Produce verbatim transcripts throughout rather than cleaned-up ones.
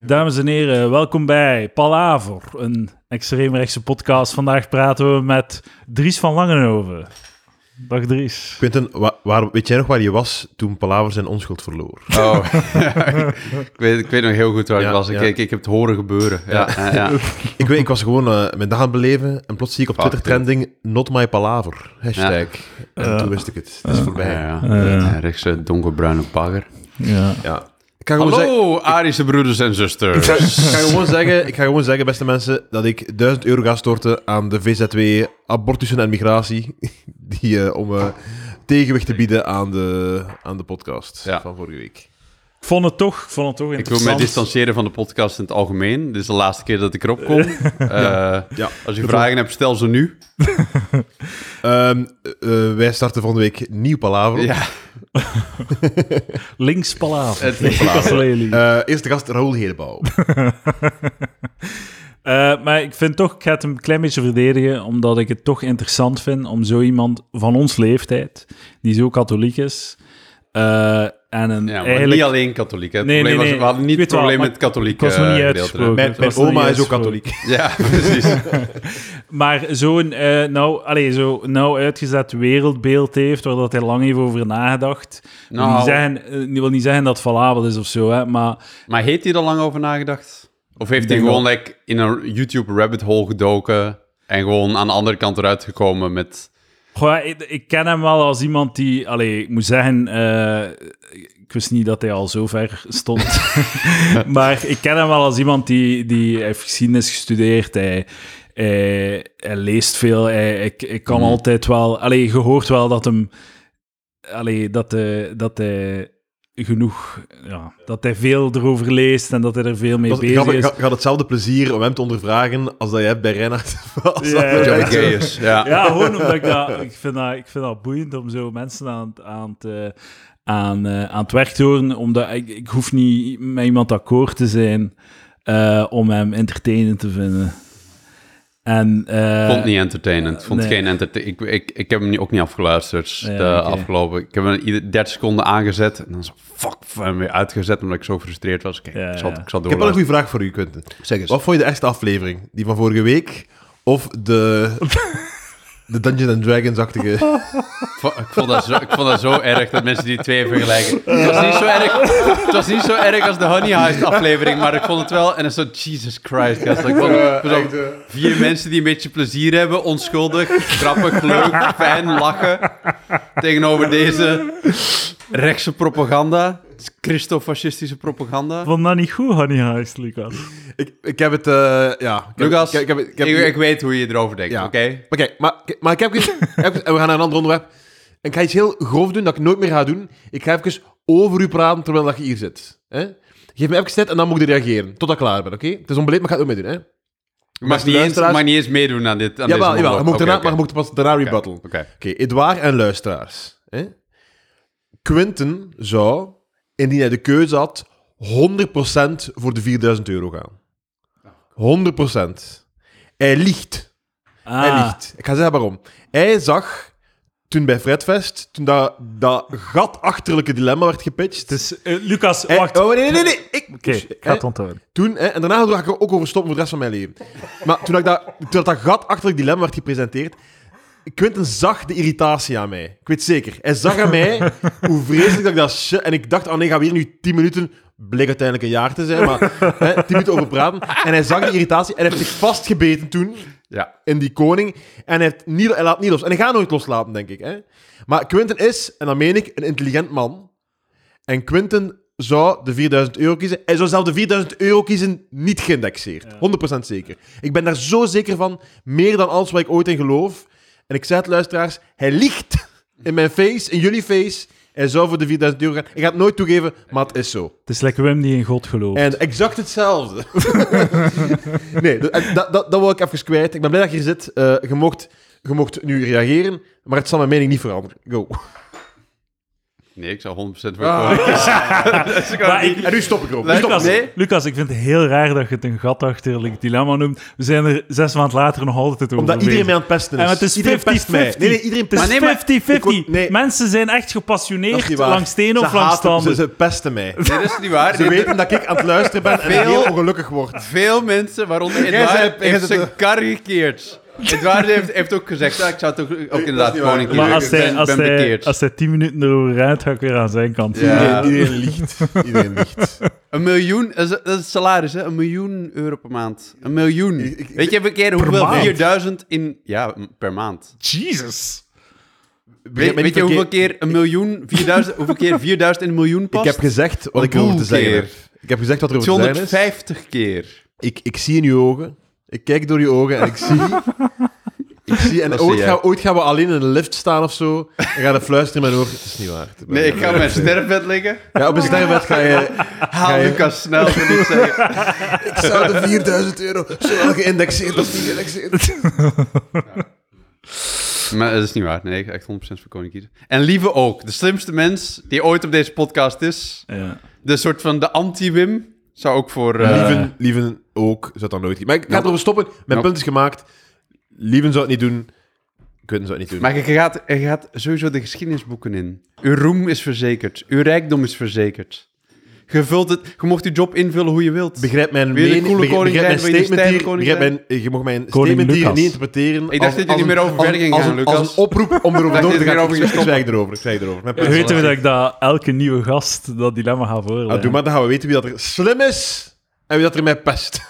Dames en heren, welkom bij Palaver, een extreemrechtse podcast. Vandaag praten we met Dries van Langenhoven. Dag Dries. Quentin, waar, waar, weet jij nog waar je was toen Palaver zijn onschuld verloor? Oh, ik, weet, ik weet nog heel goed waar ja, ik was. Ik, ja. ik, ik heb het horen gebeuren. Ja. Ja, ja. ik, weet, ik was gewoon uh, mijn dag aan het beleven en plots zie ik op Twitter trending Not My Palaver, hashtag. Ja. En uh, toen wist ik het. Het is uh, voorbij. Ja, ja. Uh, ja, rechtse donkerbruine bagger. Ja. ja. Ik ga Hallo, zeggen, Arische broeders en zusters. Ik ga, ik, ga gewoon zeggen, ik ga gewoon zeggen, beste mensen, dat ik duizend euro ga storten aan de V Z W, abortussen en migratie, die, uh, om uh, tegenwicht te bieden aan de, aan de podcast ja. van vorige week. Ik vond het toch, vond het toch interessant. Ik wil mij distancieren van de podcast in het algemeen. Dit is de laatste keer dat ik erop kom. Uh, ja. Ja. Als je vragen hebt, stel ze nu. um, uh, wij starten volgende week nieuw Palaver. Ja. Links Palaver. Het links Palaver. Uh, eerste gast, Raoul Hedebouw. Uh, maar ik vind toch, ik ga het een klein beetje verdedigen, omdat ik het toch interessant vind om zo iemand van ons leeftijd, die zo katholiek is, uh, en een ja, maar eigenlijk... niet alleen katholiek. Hè. Het nee, probleem nee, nee. was, we hadden niet het probleem met het katholieke gedeelte. Mijn, mijn oma is ook katholiek. Ja, precies. Maar zo'n uh, nou, allez, zo nou uitgezet wereldbeeld heeft, waar dat hij lang heeft over nagedacht. Nou, wil niet zeggen, uh, wil niet zeggen dat het valabel is of zo, hè, maar... Maar heeft hij er lang over nagedacht? Of heeft hij gewoon wel... like, in een YouTube rabbit hole gedoken en gewoon aan de andere kant eruit gekomen met... Goh, ik, ik ken hem wel als iemand die... Allee, ik moet zeggen... Uh, ik wist niet dat hij al zo ver stond. Maar ik ken hem wel als iemand die, die heeft geschiedenis gestudeerd. Hij, hij, hij leest veel. Hij, hij, hij kan mm. altijd wel... Allee, je hoort wel dat hem... Allee, dat hij... Dat hij genoeg, ja, dat hij veel erover leest en dat hij er veel mee bezig gaat, is. Gaat, gaat hetzelfde plezier om hem te ondervragen als dat je hebt bij Reinhard. Als ja, dat ja, gay is. Ja. ja, gewoon omdat ik dat... Ik vind dat, ik vind dat boeiend om zo mensen aan, aan, te, aan, uh, aan het werk te horen, omdat ik, ik hoef niet met iemand akkoord te zijn uh, om hem entertainend te vinden. En, uh, ik vond het niet entertainend. Ik vond nee. geen entertainment. Ik, ik, ik heb hem ook niet afgeluisterd ja, de okay. afgelopen... Ik heb hem ieder dertig seconden aangezet en dan zo fuck, en weer uitgezet omdat ik zo gefrustreerd was. Oké, ja, ik, zal, ja. ik zal Ik heb wel een goede vraag voor u, Quentin. Zeg eens. Wat vond je de eerste aflevering? Die van vorige week? Of de... de Dungeons and Dragons-achtige... Ik vond, dat zo, ik vond dat zo erg dat mensen die twee vergelijken. Het was niet zo erg, het was niet zo erg als de Honey Heist aflevering, maar ik vond het wel... En dan zo, Jesus Christ, gast. Ik vond het uh, echt, uh... vier mensen die een beetje plezier hebben, onschuldig, grappig, leuk, fijn, lachen. Tegenover deze rechtse propaganda. Christofascistische propaganda. Vond dat niet goed, Honey Heist, Lucas? Ik, ik heb het... Uh, ja. Ik Lucas, heb, ik, heb, ik, heb, ik, ik weet hoe je erover denkt, ja. oké? Okay? Maar kijk, maar, maar ik heb... Ik heb en we gaan naar een ander onderwerp. En ik ga iets heel grof doen, dat ik nooit meer ga doen. Ik ga even over u praten, terwijl dat je hier zit. Hè? Geef me even tijd en dan moet je reageren. Tot ik klaar ben, oké? Okay? Het is onbeleefd, maar ik ga het ook mee doen, hè? Je mag niet, eens, mag niet eens meedoen aan dit. Aan jawel, deze jawel. Je moet okay, daarna, okay. maar je moet pas daarna rebuttal. Oké, okay. okay. Edouard en luisteraars. Hè? Quentin zou, indien hij de keuze had, honderd procent voor de vierduizend euro gaan. honderd procent. Hij liegt. Ah. Hij liegt. Ik ga zeggen waarom. Hij zag... Toen bij Fredfest, toen dat, dat gatachterlijke dilemma werd gepitcht... Dus, uh, Lucas, hij, wacht. Oh, nee, nee, nee. nee. Oké, okay, ik ga het onthouden. Toen, hè, en daarna ga ik er ook over stoppen voor de rest van mijn leven. Maar toen, ik dat, toen dat, dat gatachterlijk dilemma werd gepresenteerd... Quentin zag de irritatie aan mij. Ik weet zeker. Hij zag aan mij hoe vreselijk dat ik dat... Shit, en ik dacht, oh nee, gaan we hier nu tien minuten... Bleek uiteindelijk een jaar te zijn, maar hè, tien minuten over praten. En hij zag de irritatie en hij heeft zich vastgebeten toen ja. in die koning. En hij, heeft niet, hij laat niet los. En hij gaat nooit loslaten, denk ik. Hè. Maar Quentin is, en dat meen ik, een intelligent man. En Quentin zou de vierduizend euro kiezen. Hij zou zelf de vierduizend euro kiezen, niet geïndexeerd. honderd procent zeker. Ik ben daar zo zeker van, meer dan alles wat ik ooit in geloof. En ik zei het, luisteraars, hij liegt in mijn face, in jullie face... Hij zou voor de vierduizend euro gaan. Ik ga het nooit toegeven, maar het is zo. Het is lekker Wim die in God gelooft. En exact hetzelfde. nee, dat, dat, dat, dat wil ik even kwijt. Ik ben blij dat je hier zit. Uh, je, mocht, je mocht nu reageren, maar het zal mijn mening niet veranderen. Go. Nee, ik zou honderd procent voor Ah. koning kiezen. Dat is gewoon Maar niet- ik- En nu stop ik erop. Nu stop Lucas, nee. Lucas, ik vind het heel raar dat je het een gatachterlijk dilemma noemt. We zijn er zes maanden later nog altijd over Omdat iedereen mij bezig. aan het pesten is. En het is iedereen pest mij. vijftig vijftig. Nee, nee, iedereen Het is pest Maar nee, maar- vijftig Ik vijftig. word- nee. Mensen zijn echt Dat is gepassioneerd niet waar. langs de ene Ze of langs de haten- andere. Ze, ze pesten mij. Nee, dat is niet waar. Ze Nee, weten dat ik aan het luisteren ben en Veel- heel ongelukkig word. Veel mensen, waaronder Jij Edouard, zei- jij heeft zei- zijn kar gekeerd. Edouard heeft, heeft ook gezegd, ja, ik zou het ook, ook inderdaad niet waar. koning Maar kiezen. als Ik hij, ben, als, ben hij, bekeerd. als hij tien minuten erover rijdt, ga ik weer aan zijn kant. Ja. Iedereen, iedereen liegt. Iedereen liegt. Een miljoen, dat is, dat is het salaris, hè? Een miljoen euro per maand. Een miljoen. Ik- ik- Weet je een keer hoeveel? maand? vierduizend in... Ja, m- per maand. Jesus. Weet, weet je hoeveel keer een miljoen, vierduizend, hoeveel keer vierduizend in een miljoen past? Ik heb gezegd wat Een ik erover te boel zeggen keer. heb. Ik heb gezegd wat er over te zeggen is. tweehonderdvijftig keer. Ik, ik zie in je ogen. Ik kijk door je ogen en ik zie... Ik zie... En Dat ooit, zie jij. gaan, ooit gaan we alleen in een lift staan of zo. En gaan we fluisteren in mijn oor. Het is niet waar. Nee, ik ga op mijn sterfbed liggen. Ja, op een sterrenbed ga je... Haal Ga je- Lucas snel, wil niet zeggen. Ik zou de vierduizend euro zowel geïndexeerd of niet geïndexeerd. Maar dat is niet waar. Nee, ik ga echt honderd procent voor koning kiezen. En Lieve ook. De slimste mens die ooit op deze podcast is. Ja. De soort van de anti-Wim. Zou ook voor... eh, Lieven, lieven ook, zou dat nooit... Maar ik ga Ja. erover stoppen. Mijn Ja. punt is gemaakt. Lieven zou het niet doen. Quinten zou het niet doen. Maar je gaat, je gaat sowieso de geschiedenisboeken in. Uw roem is verzekerd. Uw rijkdom is verzekerd. Je vult het... Je mocht je job invullen hoe je wilt. Begrijp mijn, Wil je de mening, coole begrijp, koning begrijp zijn? mijn Wil je de statement hier. stijve koning Begrijp mijn, je mag mijn Koning statement hier Lucas. niet interpreteren. Ik dacht dat je er niet meer over als, verder ging als, gaan, een- als Lucas. een oproep om erover dacht door dat te je er gaan. over Ik ging stoppen. zwijg erover. Ik zwijg erover. Mijn punt is- Weten we dat ik dat elke nieuwe gast dat dilemma ga voorleggen? Ah, doe maar, dan gaan we weten wie dat er slim is en wie dat er mij pest.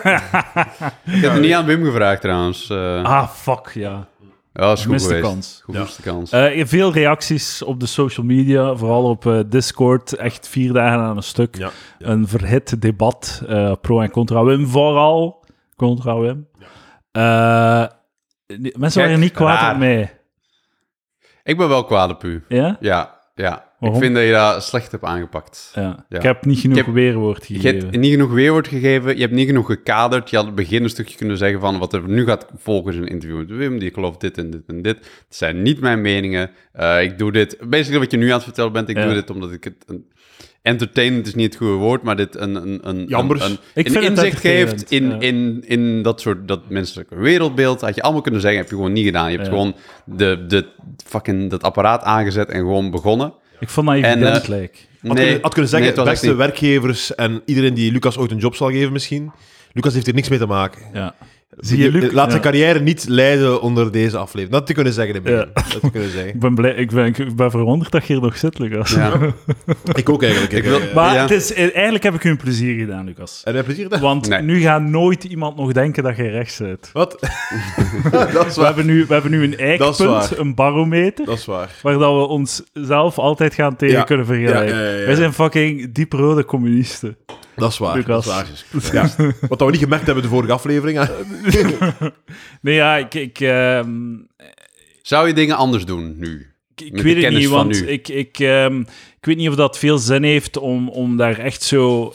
Ik heb er niet aan Wim gevraagd trouwens. Eh Ah, fuck, ja. ja, dat is goed Gemiste geweest. kans. Goed gemiste kans. Eh, veel reacties op de social media, vooral op eh, Discord. Echt vier dagen aan een stuk. Ja, ja. Een verhit debat, eh, pro en contra Wim, vooral contra Wim. Eh, die- mensen Kijk, waren niet kwaad raar. op mij. Ik ben wel kwaad op u. Ja? Ja, ja. Waarom? Ik vind dat je dat slecht hebt aangepakt. Ja. Ja. Ik heb niet genoeg Ik heb- weerwoord Je gegeven. hebt niet genoeg weerwoord gegeven, je hebt niet genoeg gekaderd. Je had het begin een stukje kunnen zeggen van wat er nu gaat volgen is een interview met Wim, die gelooft dit en dit en dit. Het zijn niet mijn meningen. Eh, ik doe dit, basically wat je nu aan het vertellen bent, ik Ja. doe dit omdat ik het... Een, entertainment is niet het goede woord, maar dit een, een, een, Jambers. een, een, Ik een vind het inzicht geeft in, entertainend, ja. in, in dat soort dat menselijke wereldbeeld. Had je allemaal kunnen zeggen, heb je gewoon niet gedaan. Je hebt Ja. gewoon de, de fucking dat apparaat aangezet en gewoon begonnen. Ik vond dat En, evident eh, lijkt. Had, kunnen, had kunnen zeggen, nee, het was beste echt niet. werkgevers en iedereen die Lucas ooit een job zal geven misschien. Lucas heeft hier niks mee te maken. Ja. Zie je, Luc? Laat zijn Ja. carrière niet leiden onder deze aflevering. Dat te kunnen zeggen in het begin. Dat te kunnen zeggen. Ik ben, blij, ik, ben, ik ben verwonderd dat je hier nog zit, Lucas. Ja. Ik ook eigenlijk. Ik wil- eh, Maar Ja. het is, eigenlijk heb ik u een plezier gedaan, Lucas. En heb je plezier? Want Nee. nu gaat nooit iemand nog denken dat je rechts zit. Wat? dat is We waar. hebben nu, we hebben nu een Dat is eikpunt, waar. een barometer, Dat is waar. waar dat we onszelf altijd gaan tegen Ja. kunnen vergelijken. Ja, ja, ja, ja. Wij zijn fucking dieprode communisten. Dat is waar. Lucas. Dat is waar. Ja. Wat we niet gemerkt hebben de vorige aflevering. hè. Nee, ja, ik, ik, ehm, Zou je dingen anders doen nu? ik, ik Met de weet het kennis niet, van want nu. ik, ik, ehm, ik weet niet of dat veel zin heeft om, om daar echt zo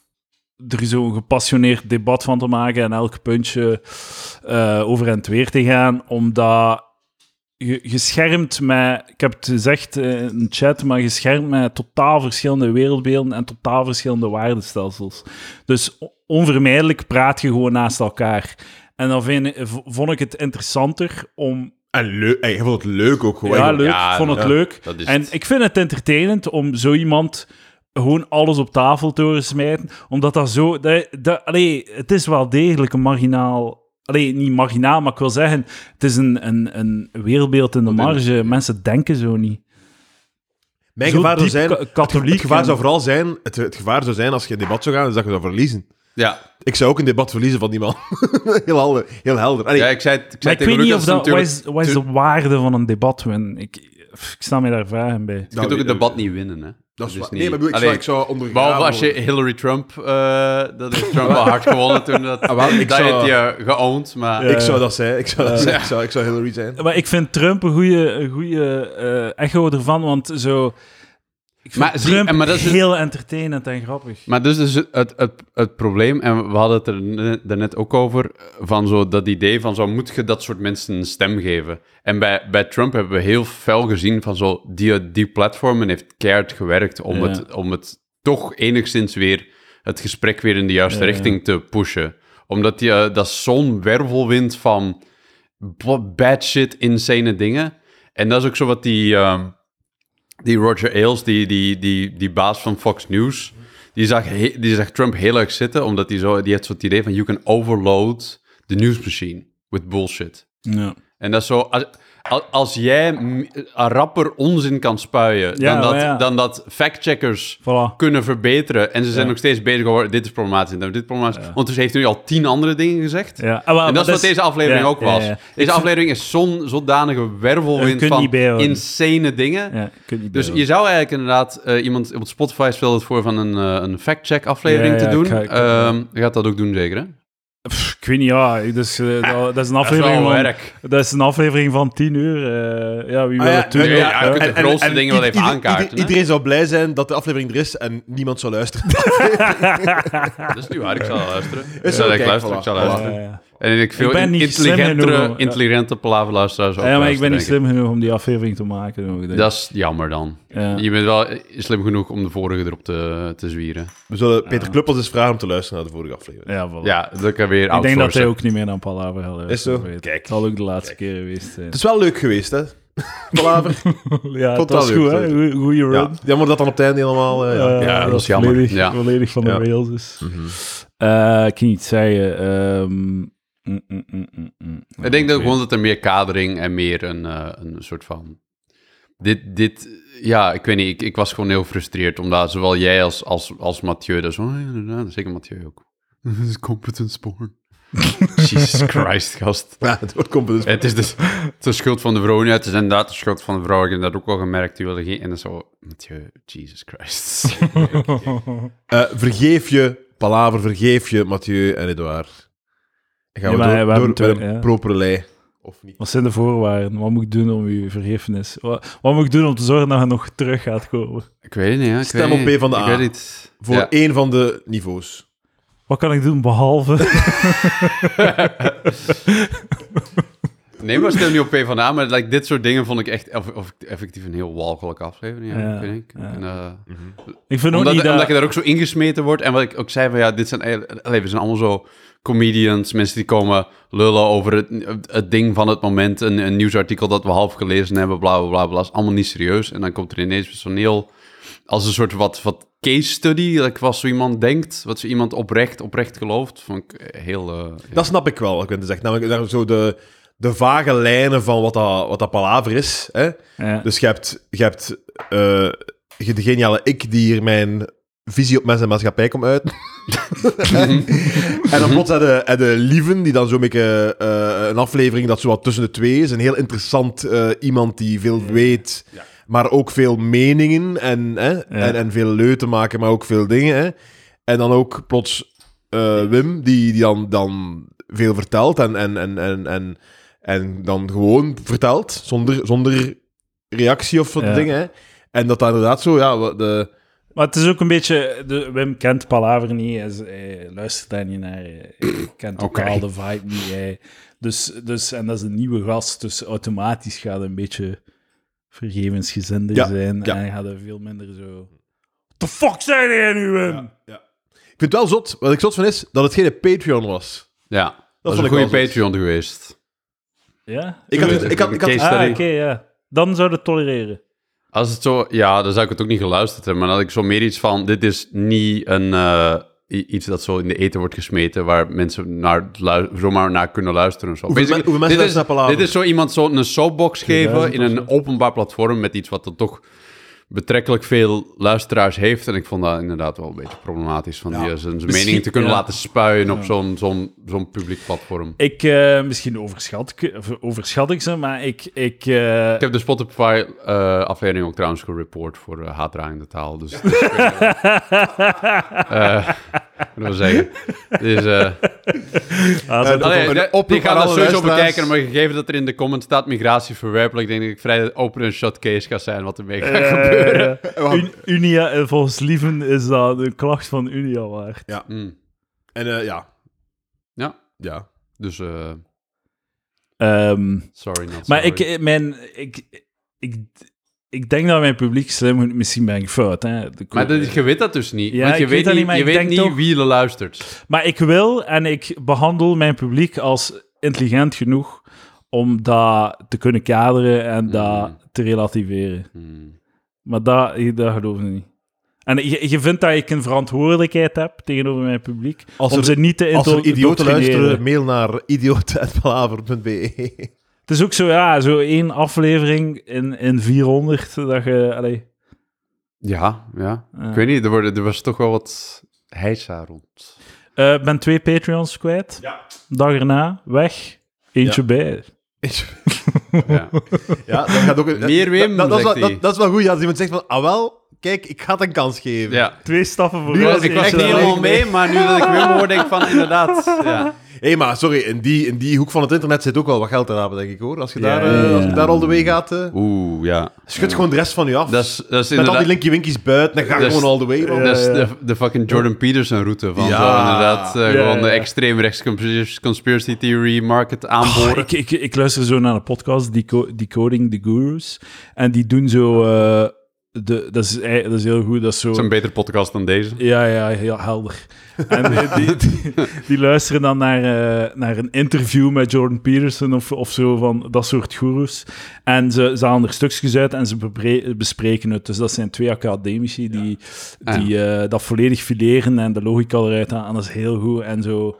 er zo'n gepassioneerd debat van te maken en elk puntje eh, over en het weer te gaan, omdat je, je schermt met, ik heb het gezegd eh, in de chat, maar je schermt met totaal verschillende wereldbeelden en totaal verschillende waardestelsels. Dus o- onvermijdelijk praat je gewoon naast elkaar. En dan vind, v- vond ik het interessanter om... En leuk. Hey, je vond het leuk ook gewoon. Ja, leuk. Ja, ik vond het ja, leuk. dat is En het. ik vind het entertainend om zo iemand gewoon alles op tafel te horen smijten, omdat dat zo... Dat, dat, allee, het is wel degelijk een marginaal... Allee, niet marginaal, maar ik wil zeggen, het is een, een, een wereldbeeld in de marge. Mensen denken zo niet. Mijn Zo gevaar zou diep zijn... ka- Het, katholiek het gevaar en- zou vooral zijn... Het, het gevaar zou zijn als je in debat zou gaan, is dat je zou verliezen. Ja, Ik zou ook een debat verliezen van die man. heel helder. Heel helder. Allee, ja ik zei, het- ik Maar zei ik tegen weet niet Lucas of dat... Wat natuurlijk... is, wat is de waarde van een debat, Win? Ik, ik sta me daar vragen bij. Je kunt ook het debat niet winnen, hè? Dat is Dus waar. niet- Nee, maar bedoel, ik, Allee, zou, ik zou ondergaan... Behalve als je worden. Hillary Trump... eh dat heeft Trump wel hard gewonnen toen. Dat, Ah, wel, ik dat zou- heeft hij uh, geowned, maar... Ja. Ik zou dat zijn. Ik zou, dat zijn. Ik zou, ik zou Hillary zijn. Maar ik vind Trump een goede, een goede eh, echo ervan, want zo... Ik vind Maar zie- Trump en- maar dat is dus- heel entertainend en grappig. Maar dus is het, het, het, het probleem, en we hadden het er net, daarnet ook over, van zo dat idee van zo moet je dat soort mensen een stem geven. En bij, bij Trump hebben we heel fel gezien van zo, die, die platformen heeft keihard gewerkt om, Ja. het, om het toch enigszins weer, het gesprek weer in de juiste Ja, ja. richting te pushen. Omdat die, eh, dat is zo'n wervelwind van b- bad shit, insane dingen. En dat is ook zo wat die... ehm, Die Roger Ailes, die, die, die, die baas van Fox News, die zag, he- die zag Trump heel erg zitten, omdat hij zo, die had zo het idee van, you can overload the news machine with bullshit. Ja. En dat is zo, als, als- als jij m- een rapper onzin kan spuien, Ja, dan, dat, maar ja. dan dat factcheckers Voilà. kunnen verbeteren, en ze zijn Ja. nog steeds bezig over, dit is problematisch, en dit is problematisch. Ja. Ondertussen heeft hij nu al tien andere dingen gezegd. Ja. Ah, wel, En dat is maar wat deze aflevering ja, ook was. ja, ja. Deze aflevering is zo'n zodanige Je wervelwind kunt van niet bijhouden. insane dingen. Ja, je kunt niet Dus bijhouden. je zou eigenlijk inderdaad... eh, iemand op Spotify stelde het voor van een, eh, een fact-check aflevering Ja, te ja, doen. ik ga- ik- Ehm, je gaat dat ook doen, zeker, hè? Pff, ik weet niet, ja. Dus, eh, dat, dat is een Dat is aflevering wel van... werk. Dat is een aflevering van tien uur. eh, ja, wie Ah, wil ja, het doen? ja, ja, Ja, je kunt ja. de grootste dingen wel even ieder- aankaarten, ieder- hè? Iedereen zou blij zijn dat de aflevering er is en niemand zou luisteren. Dat is niet waar, ik zal luisteren. Is Ja, zo, ik kijk, luister, voilà, ik zal voilà. luisteren. Ja, ja. En ik veel Ik ben niet slim intelligentere, genoeg, ja. intelligente palaverluisteraars ook Ja, maar ik ben niet luisteren, slim genoeg om die aflevering te maken. Ook, denk denk ik. ik. Dat is jammer dan. Ja. Je bent wel slim genoeg om de vorige erop te, te zwieren. We zullen Peter Kluppels eens vragen om te luisteren naar de vorige aflevering. Ja, voilà. Ja, dat kan weer Ik denk dat outsourcen. hij ook niet meer naar Palaver gaat luisteren. Is zo? weet. Kijk. Het zal ook de laatste keer geweest zijn. Het is wel leuk geweest, hè? Palaver. Ja, vond dat was het goed, wel hè? leuk. Goe- Goeie run. Ja, jammer dat dan op het einde helemaal... eh, ja. Eh, Ja, dat dat is jammer. Volledig, Ja. volledig van de Ja. rails is. Mhm. Eh, ik kan niet zeggen. ehm, mm, mm, mm, mm, mm. Ik denk dat Oké. gewoon dat er meer kadering en meer een, eh, een soort van... Dit, dit, ja, ik weet niet, ik, ik was gewoon heel gefrustreerd, omdat zowel jij als, als, als Mathieu, dat is oh, ja, inderdaad, zeker Mathieu ook. Dit is competence porn. Jesus Christ, gast. Ja, het wordt competence. Het is dus het is de schuld van de vrouw, ja, het is inderdaad de schuld van de vrouw, ik heb dat ook al gemerkt, die wilde geen... En dan zo, Mathieu, Jesus Christ. Eh, vergeef je, Palaver, vergeef je, Mathieu en Edouard. En gaan Ja, we maar door, we door hebben met twee- een ja. propere lei. Of niet? Wat zijn de voorwaarden? Wat moet ik doen om uw vergiffenis? Wat, wat moet ik doen om te zorgen dat je nog terug gaat komen? Ik weet het niet, hè. Ik Stem weet op niet. P van de Ik A. weet niet. Voor Ja. één van de niveaus. Wat kan ik doen behalve... Nee, maar stel niet op P van de A, maar like, dit soort dingen vond ik echt eff- of, effectief een heel walgelijke aflevering. Ja, Ja, vind ik. ja. En, eh, ik vind ook omdat, niet dat... omdat je daar ook zo ingesmeten wordt. En wat ik ook zei van, ja, dit zijn eigenlijk... allee, we zijn allemaal zo comedians, mensen die komen lullen over het, het ding van het moment, een, een nieuwsartikel dat we half gelezen hebben, bla, bla, bla, bla. is allemaal niet serieus. En dan komt er ineens zo'n heel... als een soort wat, wat case study, like, wat zo iemand denkt, wat zo iemand oprecht, oprecht gelooft, vond ik heel... eh, ja. Dat snap ik wel, wat ik ben te zeggen. Namelijk daar zo de, de vage lijnen van wat dat, wat dat Palaver is. Hè? Ja. Dus je hebt, je hebt uh, de geniale ik die hier mijn visie op mensen en maatschappij komt uit. En dan plots heb je, heb je Lieven, die dan zo'n beetje uh, een aflevering dat zo wat tussen de twee is. Een heel interessant uh, iemand die veel weet, ja. maar ook veel meningen en, hè, ja. en, en veel leu te maken, maar ook veel dingen. Hè. En dan ook plots uh, Wim, die, die dan, dan veel vertelt en, en, en, en, en, en dan gewoon vertelt, zonder, zonder reactie of wat ja. dingen. Hè. En dat dat inderdaad zo, ja... De, Maar het is ook een beetje... De, Wim kent Palaver niet, hij, hij luistert daar niet naar, hij, hij kent ook okay. al de vibe niet. Hij, dus, dus, en dat is een nieuwe gast, dus automatisch gaat hij een beetje vergevensgezender ja, zijn ja. en hij gaat er veel minder zo... What the fuck zei jij nu, Wim? Ja, ja. Ik vind het wel zot, wat ik zot van is, dat het geen Patreon was. Ja, dat, dat is een goede Patreon zot. geweest. Ja? Ik had... Ik had, ik had, ik had ah, oké, okay, ja. Dan zou je het tolereren. Als het zo... Ja, dan zou ik het ook niet geluisterd hebben. Maar dan had ik zo meer iets van... Dit is niet een... Uh, iets dat zo in de eten wordt gesmeten... waar mensen naar, zomaar naar kunnen luisteren. Zo. Hoeveel, me, hoeveel mensen dit, is, naar Palaver? dit is zo iemand zo een soapbox geven... in een openbaar platform... met iets wat er toch... betrekkelijk veel luisteraars heeft. En ik vond dat inderdaad wel een beetje problematisch... van ja. die zijn mening te kunnen ja. laten spuien... Ja. op zo'n, zo'n, zo'n publiek platform. Ik, uh, misschien overschat, overschat ik ze, maar ik... Ik, uh... ik heb de Spotify-aflevering uh, ook trouwens gereport... voor uh, haatdragende taal, dus... uh, ik wil zeggen... Dus, uh, Ah, zo- Uh, Allee, een de- oproep die gaan aan dat alle sowieso luisteraars. bekijken, maar gegeven dat er in de comments staat migratie verwerpelijk, denk ik dat ik vrij open een shotcase ga zijn wat ermee gaat Eh, gebeuren. Un- Unia, eh, volgens Lieven is dat een klacht van Unia waard. Ja. Mm. En uh, ja. Ja. Ja. Dus, uh, Ehm, sorry, not maar sorry. ik, eh, mijn, ik, ik, ik denk dat mijn publiek slim is. Misschien ben ik fout. Hè. De- Maar dat, je weet dat dus niet. Ja, want je ik weet weet dat niet, niet, maar je ik weet denk niet toch- wie er luistert. Maar ik wil en ik behandel mijn publiek als intelligent genoeg om dat te kunnen kaderen en dat Mm. te relativeren. Hmm. Maar dat, dat geloof ik niet. En je, je vindt dat ik een verantwoordelijkheid heb tegenover mijn publiek Als om er- ze niet te Als er idioten indoctrineren. luisteren, mail naar idioten at palaver punt b e. Het is ook zo, ja, zo één aflevering in, in vierhonderd dat je... Allee, Ja, ja. Ja. Ik weet niet, er, worden, er was toch wel wat heisa rond. eh, ik ben twee Patreons kwijt. Ja. Dag erna, weg. Eentje Ja. bij. Ja. Ja, dat gaat ook... een- Meer Wim, dat, dat, is zegt wel, hij. dat, dat is wel goed, ja, als iemand zegt van, ah wel, kijk, ik ga het een kans geven. Ja. Twee stappen voor Nu was Ik was echt niet wel helemaal echt mee, maar nu dat ik Wim hoor, denk ik van inderdaad. Ja. Hé, hey, maar sorry, in die, in die hoek van het internet zit ook wel wat geld te rapen, denk ik, hoor. Als je, Ja, daar, eh, ja, ja. als je daar al de way gaat, eh, Oeh, ja. schud gewoon de rest van je af. Dat is, dat is Met al inderdaad... die linky winkies buiten, dan ga je Dat is- gewoon all the way. man. Dat is Ja, ja. de, de fucking Jordan Peterson-route van Ja. zo, inderdaad. eh, Ja, gewoon ja. de extreemrechts conspiracy, conspiracy theory market aanboren. Oh, ik, ik, ik luister zo naar een podcast, Deco- Decoding the Gurus. En die doen zo... eh, de, dat, is, ei- dat is heel goed. Dat is zo... Dat is een betere podcast dan deze. Ja, ja, heel helder. En die, die, die, die luisteren dan naar, eh, naar een interview met Jordan Peterson of, of zo, van dat soort goeroes. En ze, ze halen er stukjes uit en ze bepre- bespreken het. Dus dat zijn twee academici die, Ah, die eh, dat volledig fileren en de logica eruit halen. En dat is heel goed. En zo...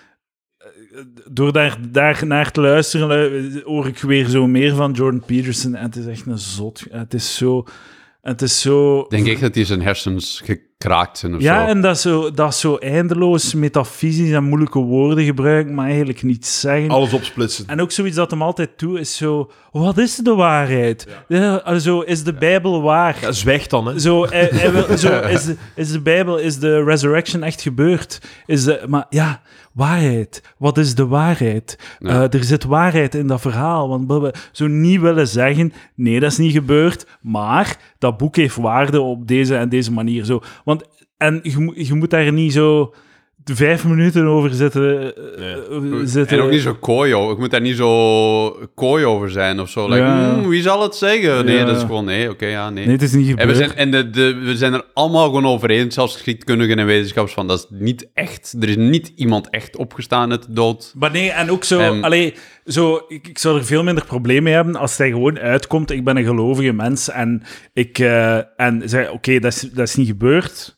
eh, Door daar, daar naar te luisteren, lu- hoor ik weer zo meer van Jordan Peterson. En het is echt een zot. Het is zo... Het is zo... Denk ik dat hij zijn hersens gekraakt zijn of Ja, zo. en dat is zo, dat is zo eindeloos metafysisch en moeilijke woorden gebruiken, maar eigenlijk niets zeggen. Alles opsplitsen. En ook zoiets dat hem altijd doet, is zo... Wat is de waarheid? Ja. also, is de Bijbel waar? Ja, zwijg dan, hè. Zo, hij, hij wil, zo is, de, is de Bijbel, is de resurrection echt gebeurd? Is de, maar ja, waarheid. Wat is de waarheid? Ja. Eh, er zit waarheid in dat verhaal. Want we zo niet willen zeggen, nee, dat is niet gebeurd, maar dat boek heeft waarde op deze en deze manier. Zo. Want, en je, moet- je moet daar niet zo vijf minuten over zitten. eh, eh, zitten. En ook niet zo kooi over. Ik moet daar niet zo kooi over zijn of zo. Like, Ja. "Hmm, wie zal het zeggen? Nee, Ja. dat is gewoon nee. Oké, ja, nee. Nee, het is niet En, gebeurd. we zijn, en de, de, we zijn er allemaal gewoon over eens, zelfs geschiedkundigen en wetenschappers, van dat is niet echt. Er is niet iemand echt opgestaan uit de dood. Maar nee, en ook zo, Ehm, allee, zo ik, ik zou er veel minder probleem mee hebben als hij gewoon uitkomt. Ik ben een gelovige mens en ik eh, en zei, oké, dat, is, dat is niet gebeurd.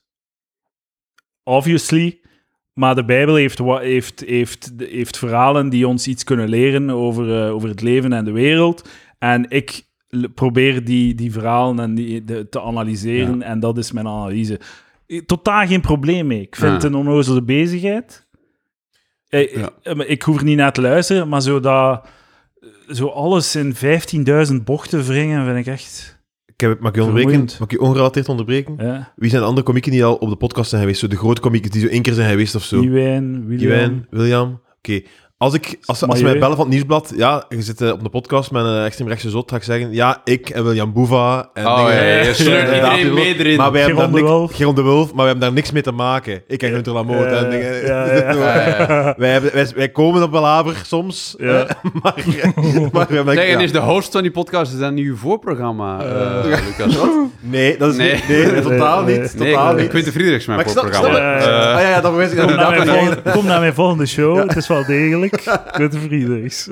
Obviously. Maar de Bijbel heeft, wa- heeft, heeft, heeft verhalen die ons iets kunnen leren over, eh, over het leven en de wereld. En ik l- probeer die, die verhalen en die, de, te analyseren en dat is mijn analyse. Eh, Totaal geen probleem mee. Ik vind het Ah. een onnozele bezigheid. Eh, Ja. eh, Ik hoef er niet naar te luisteren, maar zo, dat, zo alles in vijftienduizend bochten wringen, vind ik echt... Ik heb, mag ik je onderbreken? Vermoeiend. Mag ik je ongerelateerd onderbreken? Ja. Wie zijn de andere komieken die al op de podcast zijn geweest? Zo de grote komieken die zo één keer zijn geweest of zo? Iwijn, William... Iwijn, William. Oké. Als, ik, als, als ze mij bellen van het Nieuwsblad, ja, je zit eh, op de podcast met een extreemrechtse zot, ga ik zeggen, ja, ik en William Boeva en Oh, dingen. ja, ja, je sleurt Eh, iedereen David mee erin. Maar wij hebben daar Geron de niks, Wolf. Geron de Wolf, maar we hebben daar niks mee te maken. Ik en Gunther Lamoot en dingen. Ja, ja. Ja, Wij, hebben, wij, wij komen op Palaver soms, Ja. eh, maar, maar we hebben... Zeg, en ja. is de host van die podcast, is dat nu uw voorprogramma, eh, Lucas? Wat? Nee, dat is Nee. niet... Nee, nee, totaal Nee, niet. Nee, Totaal ik- niet. Quinten Friedrichs, mijn Maar ik snap, voorprogramma. snap het. Eh, Ah ja, ja, dat verwijs ik Kom naar, inderdaad mijn niet. volgende, kom naar mijn volgende show. Het is wel degelijk. Met de Friedrichs.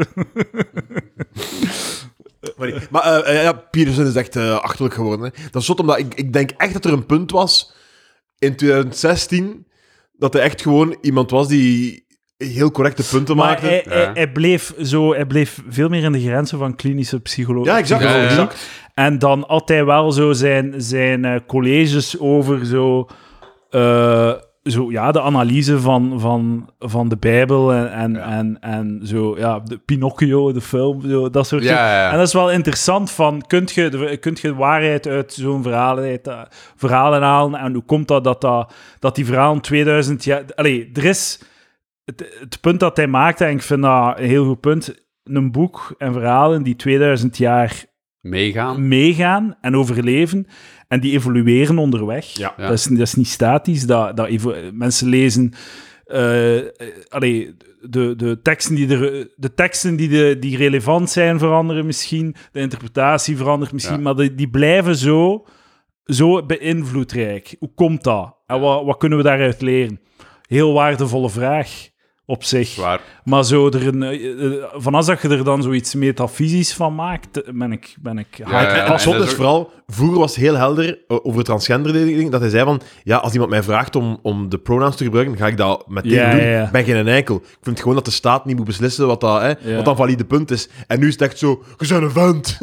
Maar, nee. maar eh, eh, ja, Peterson is echt eh, achterlijk geworden. Hè. Dat is zot, omdat ik, ik denk echt dat er een punt was in twintig zestien dat hij echt gewoon iemand was die heel correcte punten Maar maakte. hij, hij, Ja. hij, bleef zo, hij bleef veel meer in de grenzen van klinische psychologie. Ja, exact. Ja, ja, ja. exact. En dan had hij wel zo zijn, zijn eh, colleges over zo, eh, zo, ja, de analyse van, van, van de Bijbel en, en, Ja. en, en zo, ja, de Pinocchio, de film, zo, dat soort dingen. Ja, ja, ja. En dat is wel interessant van, kunt je de, kunt je de waarheid uit zo'n verhaal, uit, eh, verhalen halen en hoe komt dat dat, dat, dat die verhalen tweeduizend jaar... Allee, er is... het, het punt dat hij maakte, en ik vind dat een heel goed punt, een boek en verhalen die tweeduizend jaar Meegaan. meegaan en overleven, en die evolueren onderweg. Ja. Ja. Dat, is, dat is niet statisch. Dat, dat evo- mensen lezen... Uh, allee, de, de teksten, die, er, de teksten die, de, die relevant zijn veranderen misschien, de interpretatie verandert misschien, Ja. maar die, die blijven zo, zo beïnvloedrijk. Hoe komt dat? En wat, wat kunnen we daaruit leren? Heel waardevolle vraag op zich. Zwaar. Maar zo er een, uh, van als dat je er dan zoiets metafysisch van maakt, ben ik, ben ik Ja, hard ja, En en het zot dat is is ook- vooral, vroeger was het heel helder uh, over het transgender ding, dat hij zei van, ja, als iemand mij vraagt om, om de pronouns te gebruiken, ga ik dat meteen Ja, doen. ja, ja. Ik ben geen eikel. Ik vind gewoon dat de staat niet moet beslissen wat dat, hè, Ja. wat dat valide punt is. En nu is het echt zo, je bent een vent.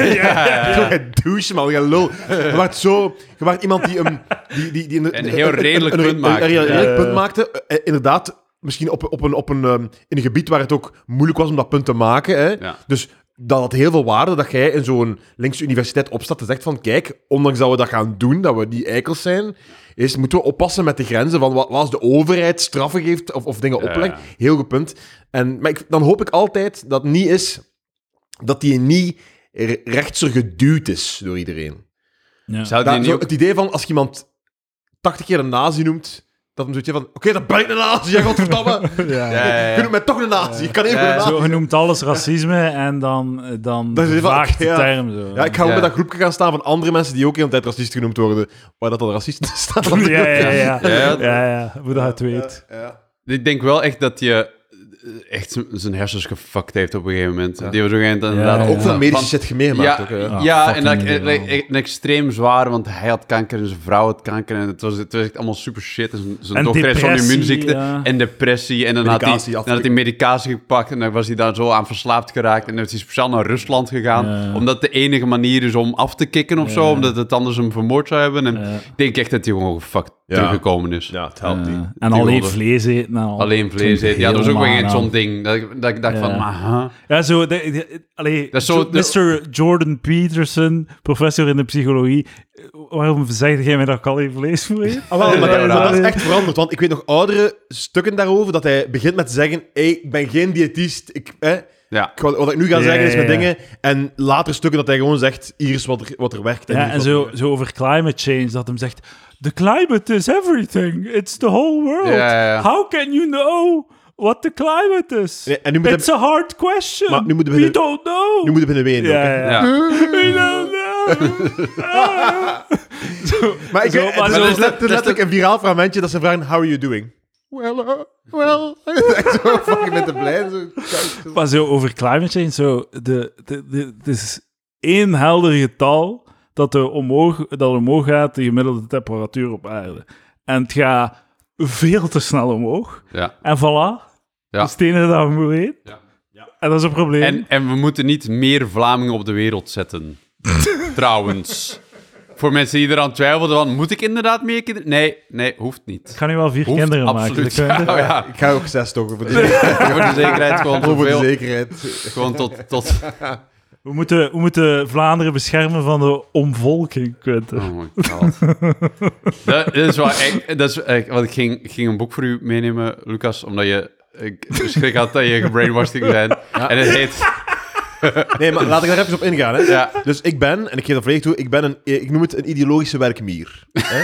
Ja, Je douche, man, je lul. Je werd zo... Je werd iemand die een... Die, die, die een, Een heel redelijk punt maakte. Een, een redelijk Ja. punt maakte. Eh, inderdaad, misschien op, op, een, op een, um, in een gebied waar het ook moeilijk was om dat punt te maken. Hè. Ja. Dus dat had heel veel waarde dat jij in zo'n linkse universiteit opstaat en zegt van, kijk, ondanks dat we dat gaan doen, dat we die eikels zijn, is, moeten we oppassen met de grenzen van wat, wat als de overheid straffen geeft of, of dingen Ja. oplegt. Heel goed punt. En, maar ik, dan hoop ik altijd dat het niet is... Dat die niet re- rechtser geduwd is door iedereen. Ja. Zou die Dat, niet zo, ook- het idee van, als je iemand tachtig keer een nazi noemt, dat hem zoiets heeft van, oké, dat ben ik een nazi, ja, godverdamme. Ja. Ja, ja, Je ja. noemt mij toch een nazi, ik kan even Ja, een nazi. Zo, je noemt alles racisme en dan, dan Dat is even- vaagt de ja. term zo. Ja, ik ga ook Ja. met dat groepje gaan staan van andere mensen die ook de hele tijd racist genoemd worden, waar dat dan racisten staan. Ja, ja, ja. ja. Ja, ja. ja, ja. Hoe dat het weet. Ja, ja. Ik denk wel echt dat je echt z- zijn hersens gefuckt heeft op een gegeven moment. Die hebben zo gegeven inderdaad... Ja, Ook veel ja. medische Van- shit meegemaakt. Ja, ook, hè. Ah, ja fucking en dat, niet eh, wel. eh, een extreem zwaar, want hij had kanker en zijn vrouw had kanker. En het was, het was echt allemaal super shit. En zijn, zijn En dochter heeft zo'n depressie, immuunziekte ja. en depressie. En dan had, hij, Medicatie, dan had hij medicatie gepakt en dan was hij daar zo aan verslaafd geraakt. En dan is hij speciaal naar Rusland gegaan, Ja. omdat de enige manier is om af te kicken of Ja. zo, omdat het anders hem vermoord zou hebben. En Ja. ik denk echt dat hij gewoon gefuckt Ja. teruggekomen is. Ja, het helpt niet. Ja. En Die alleen wilde- vlees eten. en al. Alleen vlees eten. Ja, dat was ook wel eens zo'n ding. Dat ik, dat ik dacht Ja. van, aha. Ja, zo... De, de- allee, Dat is zo- Jo- mister Jordan Peterson, professor in de psychologie. Waarom zeg jij mij dat ik alleen vlees moet eten? Ah, wel, maar Ja, dat, ja, dat is ja. echt veranderd, want ik weet nog oudere stukken daarover, dat hij begint met te zeggen, hey, ik ben geen diëtist, ik... Eh, Ja. Ik- Wat, wat ik nu ga Ja, zeggen is ja, met ja. dingen. En later stukken dat hij gewoon zegt: hier is wat er, wat er werkt. Ja, hier is en wat zo, er- zo over climate change, dat hem zegt... The climate is everything. It's the whole world. Ja, ja, ja. How can you know what the climate is? Nee, en nu moet It's a hard question. Maar nu moeten we We beginnen- don't know. Nu moet hij beginnen wenen. ook, ja, hè. ja. Ja. We don't know. Ah. Zo, Maar ik zo, weet, maar het zo- is let- het is letterlijk een viraal fragmentje dat ze vragen: How are you doing? Well, uh, well. Echt zo fucking met de blij. Zo. Maar zo over climate change, zo, de, de, de, het is één helder getal dat, de omhoog, dat omhoog gaat, de gemiddelde temperatuur op aarde. En het gaat veel te snel omhoog. Ja. En voilà, Ja. dat is het enige dat we moeten weten. Ja. En dat is een probleem. En, en we moeten niet meer Vlamingen op de wereld zetten. Trouwens. Voor mensen die eraan twijfelden, van, moet ik inderdaad meer kinderen? Nee, nee, hoeft niet. Ik ga nu wel vier Hoeft kinderen absoluut. maken. Dat kan- Ja, ja. Ik ga ook zes toch voor de zekerheid. Voor de zekerheid gewoon Voor de zoveel. zekerheid. Gewoon tot... tot... We moeten, we moeten Vlaanderen beschermen van de omvolking, Quentin. Oh my god. dat, dat is wel echt... Dat is echt want ik ging, ik ging een boek voor u meenemen, Lucas, omdat je... Ik schrik had dat je gebrainwashed ging zijn. En het heet... Nee, maar laat ik daar even op ingaan. Hè. Ja. Dus ik ben, en ik geef dat volledig toe, ik ben een, ik noem het een ideologische werkmier. Hè.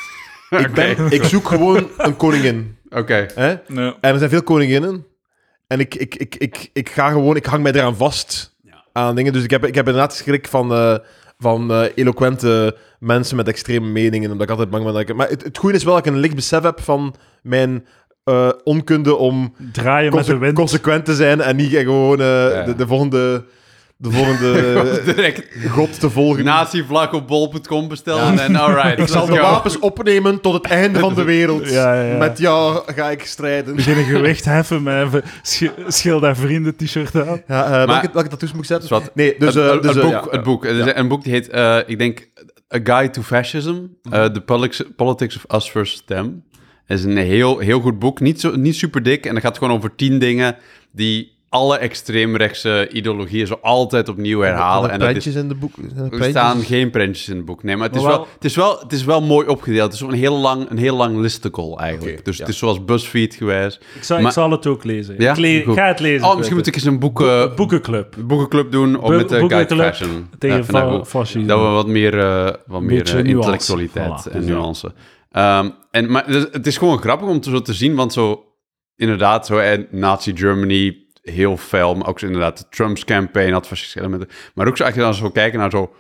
Ik, ben, Oké. ik zoek gewoon een koningin. Oké. Hè. Nee. En er zijn veel koninginnen. En ik, ik, ik, ik, ik ga gewoon, ik hang mij eraan vast aan dingen. Dus ik heb, ik heb inderdaad schrik van, eh, van eh, eloquente mensen met extreme meningen. Omdat ik altijd bang ben dat ik... Maar het, het goede is wel dat ik een licht besef heb van mijn eh, onkunde om Draaien met conse- de wind. consequent te zijn en niet gewoon eh, Ja. de, de volgende, de volgende Direct god te volgen. nazi-vlak op bol punt com bestellen en alright. Ik zal let's de go. wapens opnemen tot het einde van de wereld. Ja, ja, ja. Met jou ga ik strijden. Beginnen gewicht heffen met even sch- Schil en vrienden t-shirt aan. Ja, eh, welke, welke tattoos moet ik zetten? Zwat. Nee, dus... het, eh, het- dus het eh, boek, ja. het boek. Er is een boek die heet, eh, ik denk, A Guide to Fascism. eh, The Politics, Politics of Us versus Them. Het is een heel, heel goed boek. Niet, zo, niet super dik. En het gaat gewoon over tien dingen die alle extreemrechtse ideologieën zo altijd opnieuw herhalen. Zijn er En dat is, prentjes in de boek? Zijn er er prentjes? staan geen prentjes in het boek. Nee, maar het is, Maar wel- wel, het is, wel, het is wel mooi opgedeeld. Het is een heel lang, een heel lang listicle eigenlijk. Oké, dus ja. het is zoals BuzzFeed geweest. Ik zal, Maar- ik zal het ook lezen. Ja? Ik le- Goed. ga het lezen. Oh, misschien moet ik eens een boek, eh, Boekenclub. boekenclub doen of Bu- met de Guide boekenclub Fashion. tegen Ja, vandaag fa- ook. fascisme. Dat we wat meer, eh, wat meer Beetje eh, nuance. intellectualiteit Voilà, en dus ja. nuance. Ehm, en, maar het het is gewoon grappig om te, zo te zien, want zo inderdaad, zo en Nazi Germany heel fel, maar ook zo inderdaad de Trump's campaign had fascistische elementen. Maar ook zo als je dan zo kijken naar zo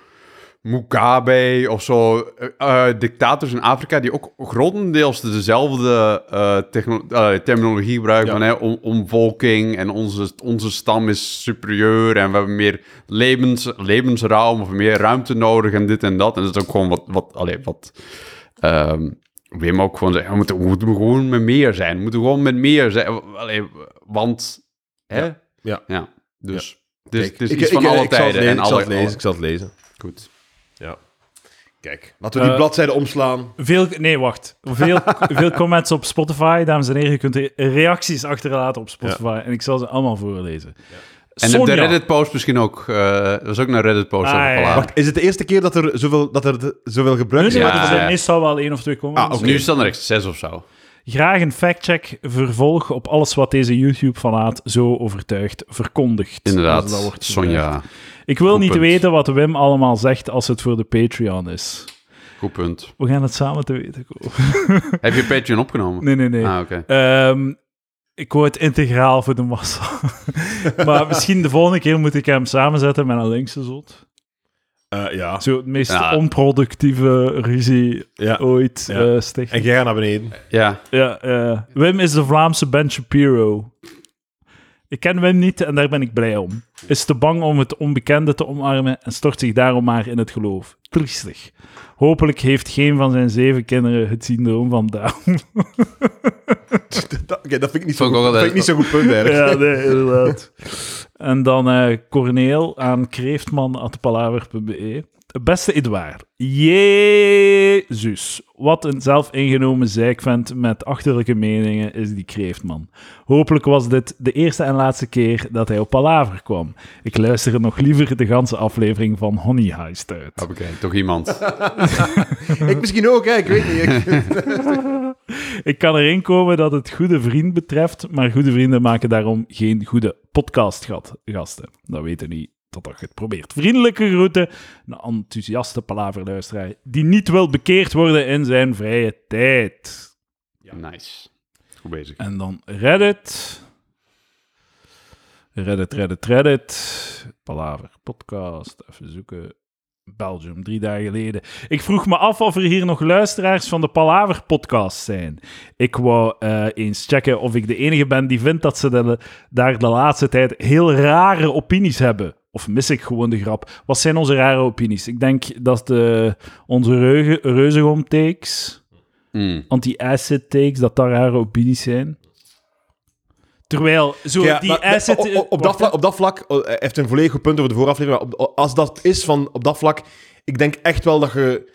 Mugabe of zo eh, eh, dictators in Afrika die ook grotendeels dezelfde eh, techno- eh, terminologie gebruiken Ja. van hè, om, omvolking en onze, onze stam is superieur en we hebben meer levens, levensruim of meer ruimte nodig en dit en dat. En dat is ook gewoon wat, wat, allee, wat ehm Wim ook gewoon zeggen, we moeten, we moeten gewoon met meer zijn. We moeten gewoon met meer zijn. Allee, want, hè? Ja. Ja. ja. Dus, dus Kijk, het is ik- iets ik- van ik- alle ik zal het tijden. lezen, En ik zal alle, het lezen, alle- ik zal het lezen. Goed. Ja. Kijk, laten we die Eh, bladzijde omslaan. Veel, nee, wacht. Veel, veel comments op Spotify. Dames en heren, je kunt re- reacties achterlaten op Spotify. En ik zal ze allemaal voorlezen. En Sonja. de Reddit-post misschien ook. eh, Er was ook een Reddit-post Ah, over ja. Palaver. Wacht, is het de eerste keer dat er zoveel, dat er de- zoveel Nee, gebruikt nee, is? maar er Ja, zijn ja. meestal wel één of twee comments. Ah, oké. Nu staan er echt zes of zo. Graag een factcheck, vervolg op alles wat deze YouTube-fanaat zo overtuigt, verkondigt. Inderdaad, Dus dat wordt gebruikt. Sonja. Ik wil Goed niet punt. weten wat Wim allemaal zegt als het voor de Patreon is. Goed punt. We gaan het samen te weten komen. Heb je Patreon opgenomen? Nee, nee, nee. Ah, oké. Ehm, ik wou het integraal voor de massa. Maar misschien de volgende keer moet ik hem samenzetten met een linkse zot. Eh, ja. Zo het meest Ja. onproductieve ruzie ja. ooit Ja. eh stichten. En jij gaat naar beneden. Ja. Ja, eh, Wim is de Vlaamse Ben Shapiro. Ik ken Wim niet en daar ben ik blij om. Is te bang om het onbekende te omarmen en stort zich daarom maar in het geloof. Triestig. Hopelijk heeft geen van zijn zeven kinderen het syndroom van Down. dat, oké, dat vind ik niet zo Vond goed, ik ook dat vind ik niet zo goed punt, eigenlijk. Ja, nee, inderdaad. En dan eh Corneel aan kreeftman at palaver punt be. Beste Edouard. Jezus. Wat een zelfingenomen zeikvent met achterlijke meningen is die kreeftman. Hopelijk was dit de eerste en laatste keer dat hij op Palaver kwam. Ik luister nog liever de ganse aflevering van Honey Heist uit. Oké, toch iemand. Ik misschien ook, hè. Ik weet niet. Ik- Ik kan erin komen dat het goede vriend betreft, maar goede vrienden maken daarom geen goede podcastgasten. Dat weten niet totdat je het probeert. Vriendelijke groeten, een enthousiaste palaverluisteraar die niet wil bekeerd worden in zijn vrije tijd. Nice. Goed bezig. En dan Reddit. Reddit, Reddit, Reddit. Palaver podcast. Even zoeken. Belgium, drie dagen geleden. Ik vroeg me af of er hier nog luisteraars van de Palaver podcast zijn. Ik wou eh, eens checken of ik de enige ben die vindt dat ze de, daar de laatste tijd heel rare opinies hebben. Of mis ik gewoon de grap? Wat zijn onze rare opinies? Ik denk dat de, onze reuge, reuzegom takes, Mm. anti-acid takes, dat dat rare opinies zijn. Terwijl, zo Ja, die maar acid... op, op, op, dat vlak, op dat vlak, eh, hij heeft een volledig goed punt over de vooraflevering, maar op- als dat is van op dat vlak, ik denk echt wel dat je,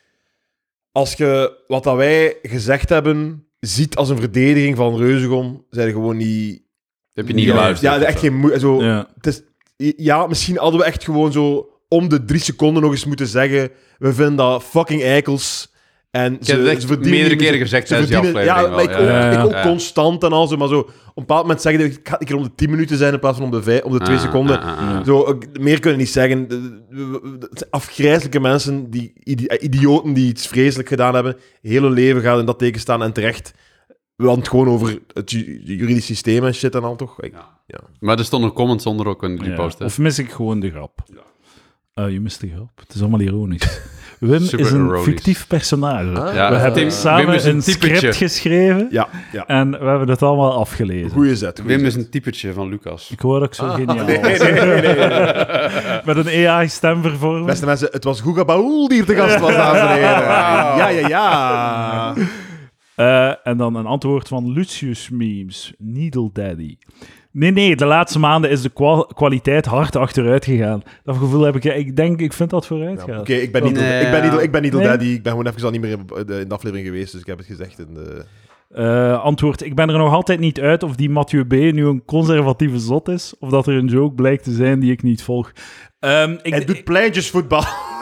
als je wat dat wij gezegd hebben, ziet als een verdediging van Reuzegom, zijn gewoon niet... Heb je niet ja, geluisterd? Ja, of echt zo? geen moe- zo, Ja. het is, ja, misschien hadden we echt gewoon zo om de drie seconden nog eens moeten zeggen, we vinden dat fucking eikels. En Ik heb het echt verdienen meerdere niet- keren gezegd ze tijdens die verdienen- aflevering Ja, wel, maar ik ja. ook, Ja, ik ook ja. constant en al zo, maar zo op een bepaald moment zeggen, het gaat een keer om de tien minuten zijn in plaats van om de, vijf, om de twee Ah, seconden. ah, ah, ah. Zo, ik- meer kunnen niet zeggen. De- de- de- Het zijn afgrijzelijke mensen, die idi- idioten die iets vreselijk gedaan hebben. Heel hun leven gaat in dat teken staan en terecht. We hadden het gewoon over het ju- juridisch systeem en shit en al, toch? Ik- Ja. ja. Maar er stonden comments onder ook in die Ja. post. hè? Of mis ik gewoon de grap? Eh, je mist de grap. Het is allemaal ironisch. Wim Super is een ironisch. fictief personage. Ah. Ja, we hebben Tim- samen Wim is een, een typetje. script geschreven Ja, ja. en we hebben het allemaal afgelezen. Goeie zet. goeie Wim is zet. een typetje van Lucas. Ik hoor ook zo Ah, geniaal. nee, nee, nee, nee, nee, nee. Met een A I-stemvervorming. Beste mensen, het was Guga Baul die hier te gast was, dames en heren. Ja, ja, ja. Eh, en dan een antwoord van Lucius Memes, Needle Daddy. Nee, nee, de laatste maanden is de kwa- kwaliteit hard achteruit gegaan. Dat gevoel heb ik. Ik denk, ik vind dat vooruit Ja, gaat. Oké, ik ben niet Nee. ik ben niet, ik ben niet Nee. Daddy. Ik ben gewoon even al niet meer in de, in de aflevering geweest, dus ik heb het gezegd in de... Uh, antwoord, ik ben er nog altijd niet uit of die Mathieu B. nu een conservatieve zot is, of dat er een joke blijkt te zijn die ik niet volg. Um, ik, Hij doet pleintjesvoetbal.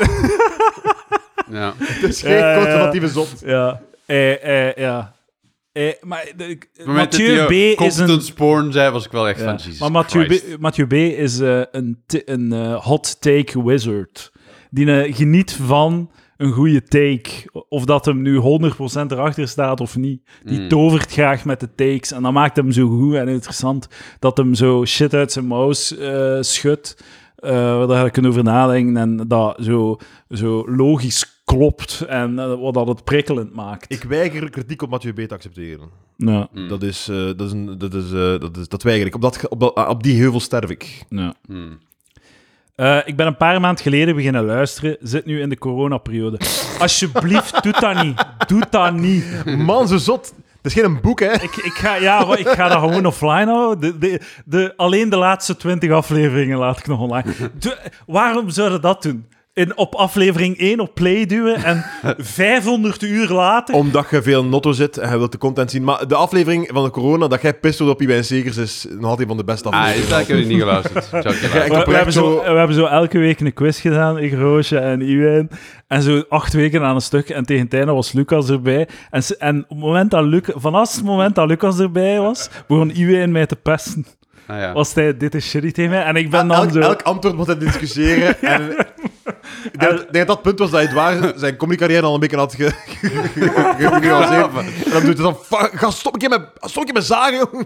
Ja. Het is geen Ja, conservatieve zot. Ja, eh, eh, ja. Eh, maar de, Op het moment Mathieu dat B. hij, uh, is constant een... sporn zei, was ik wel echt Ja. van Jesus Maar Mathieu Christ. B, Mathieu B. is uh, een, t- een uh, hot take wizard. Die uh, geniet van een goede take. Of dat hem nu honderd procent erachter staat of niet. Die Mm. tovert graag met de takes. En dat maakt hem zo goed en interessant dat hem zo shit uit zijn mouw uh, schudt. Uh, daar kan ik over nadenken. En dat zo, zo logisch klopt. En uh, wat dat het prikkelend maakt. Ik weiger kritiek op Mathieu B. te accepteren. Ja, Mm. Dat is... Uh, dat, is een, dat, is, uh, dat, is, dat weiger ik. Op, dat, op, dat, op die heuvel sterf ik. ja. Mm. Uh, ik ben een paar maanden geleden beginnen luisteren. Zit nu in de coronaperiode. Alsjeblieft, doe dat niet. Doe dat niet. Man, zo zot. Het is geen boek, hè? Ik, ik, ga, ja, ik ga dat gewoon offline houden. De, de, de, alleen de laatste twintig afleveringen laat ik nog online. De, waarom zouden dat doen? In, op aflevering één op play duwen en vijfhonderd uur later... Omdat je veel notto zit en je wilt de content zien. Maar de aflevering van de corona, dat jij pist wordt op Iwijn Segers, is nog altijd van de beste Ah, afleveringen. is dat? Ik heb je niet geluisterd. Zou ik Ja, geluisterd. ik We, heb we, hebben zo, zo- we hebben zo elke week een quiz gedaan, ik, Roosje en Iwijn. En zo acht weken aan een stuk. En tegen het einde was Lucas erbij. En, ze- en op het moment dat Luc, vanaf het moment dat Lucas erbij was, begon Iwijn mij te pesten. Ah, ja. Was hij, dit is shitty tegen mij. En ik ben dan elk, zo... elk antwoord moet hij discussiëren. En ik denk, dat- ik denk dat dat punt was dat hij het waar zijn comedycarrière al een beetje had ge- ge- ge- genuanceerd. En dan doet hij dan... "Fuck, Ga stop een keer met, stop een keer met zagen, jongen."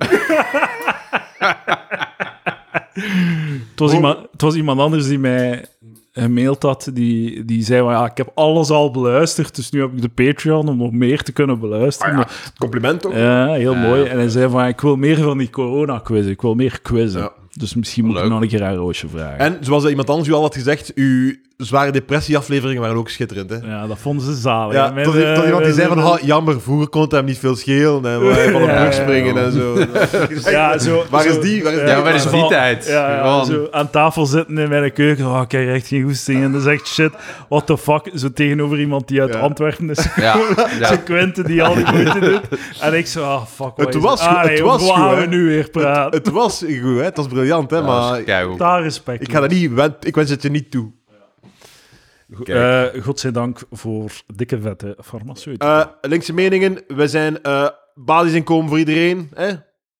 Het was, iemand, het was iemand anders die mij gemaild had, die, die zei van, ja, ik heb alles al beluisterd, dus nu heb ik de Patreon om nog meer te kunnen beluisteren. Ah ja, compliment toch? Ja, heel Ja. mooi. En hij zei van, ik wil meer van die corona-quiz, ik wil meer quizzen. Ja. Dus misschien moet ik Leuk. nog een keer aan Roosje vragen. En zoals iemand anders u al had gezegd, uw zware depressie-afleveringen waren ook schitterend, hè? Ja, dat vonden ze zalig. Ja, En mijn, tot, tot eh, iemand die zei van, mijn- "Ha, jammer, vroeger kon het hem niet veel schelen. En wou hij van een Ja, brug ja, springen ja. en zo. Ja, zo, Waar zo- is die? Waar is ja, die? Ja, waar is zo die van- tijd? Ja, ja, Gewoon. zo aan tafel zitten in mijn keuken. Oh, ik heb echt geen goesting. En dan zegt shit, what the fuck. Zo tegenover iemand die uit Ja. Antwerpen is. Ja, ja. Zo Quentin die al die moeite doet. En ik zo, ah, fuck. wat Het is was het? goed, Ah, het nee, was hoe goed, gaan we hè. nu weer praten? Het was goed, hè? Het was briljant, hè? Ja, dat Maar is keigoed. Daar respect. ik ga dat niet... wen- Ik wens het je niet toe. Uh, godzijdank voor dikke vette farmaceuten. Eh, linkse meningen. We zijn eh, basisinkomen voor iedereen. Hè?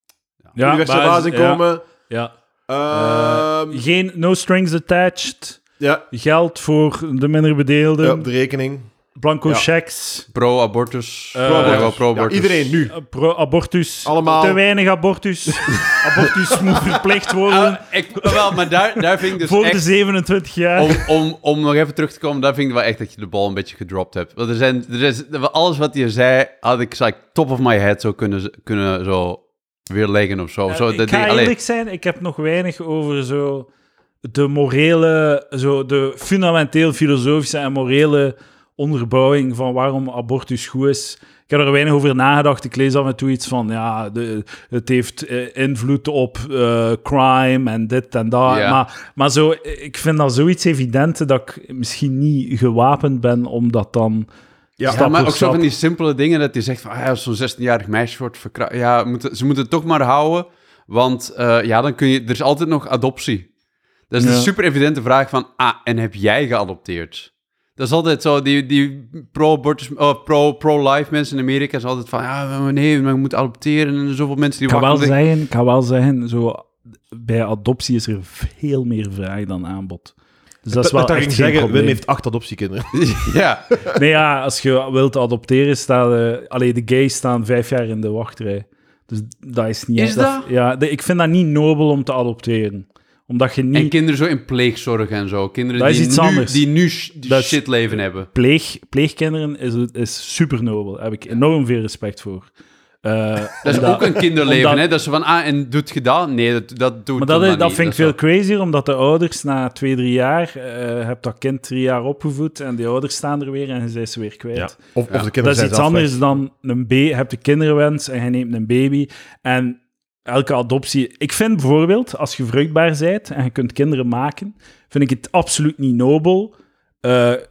ja, Universeel basis- basisinkomen. Ja. Ehm, ja. Uh, geen no strings attached. ja, Geld voor de minder bedeelden. ja, op de rekening. Blanco Ja. checks. Pro-abortus. Eh, Ja, Pro-abortus. wel pro-abortus. Ja, iedereen nu. Uh, pro-abortus. Allemaal. Te weinig abortus. Abortus moet verplicht worden Ah, ik, wel, maar daar, daar vind ik dus voor de echt... zevenentwintig jaar. Om, om, om nog even terug te komen, daar vind ik wel echt dat je de bal een beetje gedropt hebt. Want er zijn, er is, alles wat je zei, had ik like, top of my head zo kunnen, kunnen zo weerleggen of zo. Ja, zo ik dat ga ding- allee, eerlijk zijn, ik heb nog weinig over zo de morele, zo de fundamenteel filosofische en morele onderbouwing van waarom abortus goed is. Ik heb er weinig over nagedacht. Ik lees af en toe iets van, ja, de, het heeft eh, invloed op eh, crime en dit en dat. Ja. Maar, maar zo, ik vind dat zoiets evident dat ik misschien niet gewapend ben om dat dan... Ja, stap ja, maar voor ook zo stap- van die simpele dingen dat je zegt van, ah, ja, als zo'n zestienjarig meisje wordt verkracht. Ja, moeten, ze moeten het toch maar houden, want eh, ja, dan kun je, er is altijd nog adoptie. Dat is Ja. een super evidente vraag van, ah, en heb jij geadopteerd? Dat is altijd zo, die, die pro-abortus, oh, pro, pro-life mensen in Amerika is altijd van, ja, maar nee, maar je moet adopteren en er zijn zoveel mensen die Ik kan wel wachten. zeggen, ik kan wel zeggen zo, bij adoptie is er veel meer vraag dan aanbod. Dus dat is wel Wat ik echt ging geen zeggen, probleem. Wim heeft acht adoptiekinderen. Ja, Nee, ja, als je wilt adopteren, staan de, allee, de gays staan vijf jaar in de wachtrij. Dus dat is niet... Is dat? Ja, de- ik vind dat niet nobel om te adopteren. Omdat je en niet... kinderen zo in pleegzorg en zo. Kinderen Dat is die, iets nu, anders. die nu sh- die Dat is- shit leven hebben. Pleeg, pleegkinderen is, is super nobel. Daar heb ik enorm veel respect voor. Uh, Dat is omdat- ook een kinderleven, omdat- hè? Dat ze van, ah, en doet je dat? Nee, dat, dat doet Maar dat, dat is, niet. dat vind ik is veel wel- crazier, omdat de ouders na twee, drie jaar... Uh, heb dat kind drie jaar opgevoed en die ouders staan er weer en je zijn ze weer kwijt. Ja. Of, of de kinderen Dat is zijn iets zelf anders weg. dan een baby. Je hebt de kinderwens en je neemt een baby. En elke adoptie... Ik vind bijvoorbeeld, als je vruchtbaar bent en je kunt kinderen maken, vind ik het absoluut niet nobel. Uh,